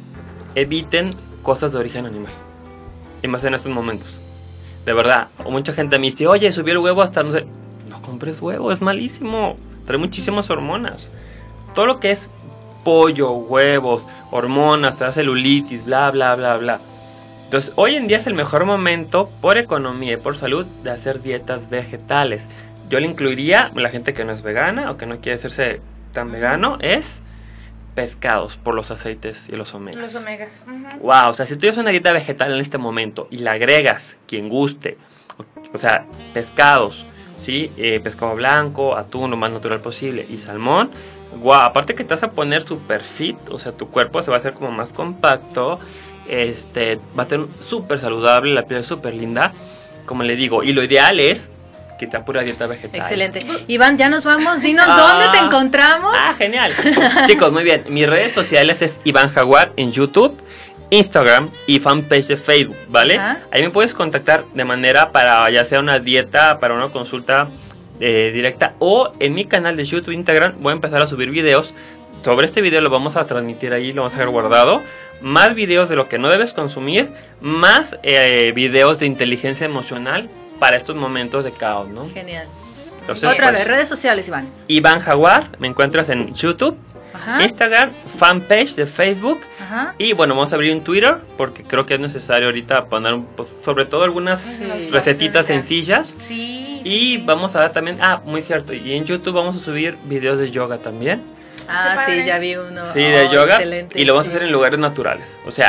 D: eviten cosas de origen animal. Y más en estos momentos. De verdad, mucha gente me dice, oye, subió el huevo hasta no sé. No compres huevo, es malísimo. Trae muchísimas hormonas. Todo lo que es pollo, huevos, hormonas, te da celulitis, bla, bla, bla, bla. Entonces, hoy en día es el mejor momento, por economía y por salud, de hacer dietas vegetales. Yo le incluiría, la gente que no es vegana o que no quiere hacerse tan vegano, es pescados por los aceites y los omegas.
C: Los omegas. Ujú.
D: Wow, o sea, si tú llevas una dieta vegetal en este momento y le agregas, quien guste, o, o sea, pescados, ¿sí? Eh, pescado blanco, atún, lo más natural posible, y salmón, wow, aparte que te vas a poner super fit, o sea, tu cuerpo se va a hacer como más compacto, este, va a tener súper saludable, la piel es súper linda, como le digo, y lo ideal es que te pura dieta vegetal.
A: Excelente. Iván, ya nos vamos. Dinos
D: Ah.
A: dónde te encontramos.
D: Ah, genial. Chicos, muy bien. Mis redes sociales es Iván Jaguar en YouTube, Instagram y fanpage de Facebook, ¿vale?
A: Ajá.
D: Ahí me puedes contactar de manera para ya sea una dieta, para una consulta eh, directa, o en mi canal de YouTube, Instagram, voy a empezar a subir videos. Sobre este video lo vamos a transmitir ahí, lo vamos a dejar guardado. Más videos de lo que no debes consumir, más eh, videos de inteligencia emocional para estos momentos de caos, ¿no?
A: Genial.
D: Entonces,
A: Otra
D: pues,
A: vez, redes sociales, Iván.
D: Iván Jaguar, me encuentras en YouTube,
A: Ajá.
D: Instagram, fanpage de Facebook.
A: Ajá.
D: Y bueno, vamos a abrir un Twitter porque creo que es necesario ahorita poner un, pues, sobre todo algunas
A: Sí.
D: recetitas sencillas.
C: Sí.
D: Y vamos a dar también, ah, muy cierto, y en YouTube vamos a subir videos de yoga también.
A: Ah,
C: Qué
A: sí,
C: padre.
A: ya vi uno.
D: Sí, de
A: Oh,
D: yoga.
A: excelente,
D: Y lo vamos
A: sí.
D: a hacer en lugares naturales. O sea,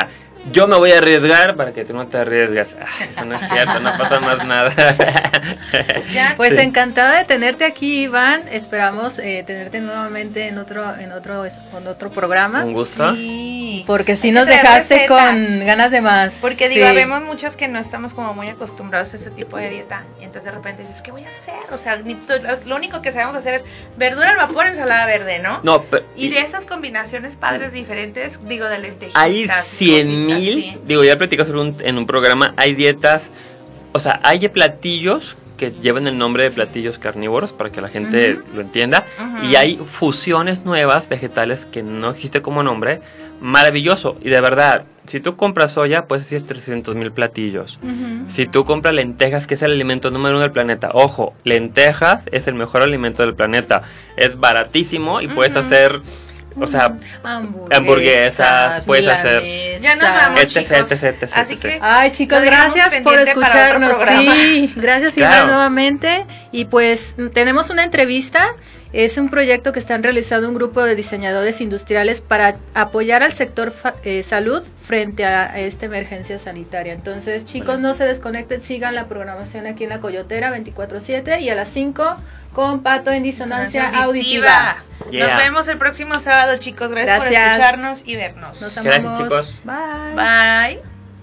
D: yo me voy a arriesgar para que tú no te arriesgas. Ah, eso no es cierto, no pasa más nada.
A: Pues
D: Sí.
A: encantada de tenerte aquí, Iván. Esperamos eh, tenerte nuevamente en otro, en otro, en otro programa.
D: Un gusto.
C: Sí.
A: Porque si
C: Hay que
A: nos
C: traer
A: dejaste
C: recetas.
A: con ganas de más.
C: Porque
A: Sí.
C: digo, vemos muchos que no estamos como muy acostumbrados a ese tipo de dieta. Y entonces de repente dices, ¿qué voy a hacer? O sea, ni- lo único que sabemos hacer es verdura al vapor, ensalada verde, ¿no?
D: No, pero,
C: Y de esas combinaciones padres diferentes, digo, de lentejitas.
D: hay cien
C: cositas,
D: mil,
C: sí.
D: digo, ya platicamos en un, en un programa, hay dietas, o sea, hay platillos que llevan el nombre de platillos carnívoros para que la gente lo entienda,
C: Ujú.
D: y hay fusiones nuevas vegetales que no existe como nombre, maravilloso, y de verdad, si tú compras soya, puedes decir trescientos mil platillos.
A: Ujú.
D: Si tú compras lentejas, que es el alimento número uno del planeta, ojo, lentejas es el mejor alimento del planeta, es baratísimo y puedes
C: Ujú.
D: hacer, o sea,
A: hamburguesas,
D: hamburguesas, puedes hacer-
A: milanesas.
C: Ya nos vamos,
D: Etc,
C: chicos.
D: etc, etc,
C: Así
D: etc.
C: que
A: Ay, chicos,
C: Lo dejamos
A: gracias por
C: pendiente para otro
A: escucharnos.
C: programa.
A: Sí, gracias
D: Claro.
A: Iván nuevamente. Y pues tenemos una entrevista. Es un proyecto que están realizando un grupo de diseñadores industriales para apoyar al sector fa- eh, salud frente a esta emergencia sanitaria. Entonces, chicos, no se desconecten, sigan la programación aquí en La Coyotera veinticuatro siete y a las cinco con Pato en Disonancia Auditiva.
D: Yeah.
C: Nos vemos el próximo sábado, chicos. Gracias,
A: Gracias.
C: por escucharnos y vernos.
A: Nos
D: Gracias,
A: amamos.
D: chicos.
A: Bye.
C: Bye.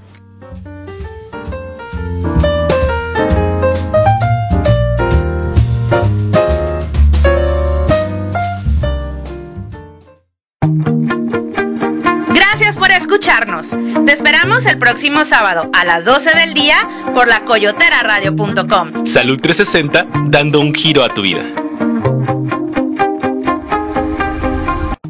C: Gracias por escucharnos. Te esperamos el próximo sábado a las doce del día por la coyotera radio punto com.
F: Salud trescientos sesenta, dando un giro a tu vida.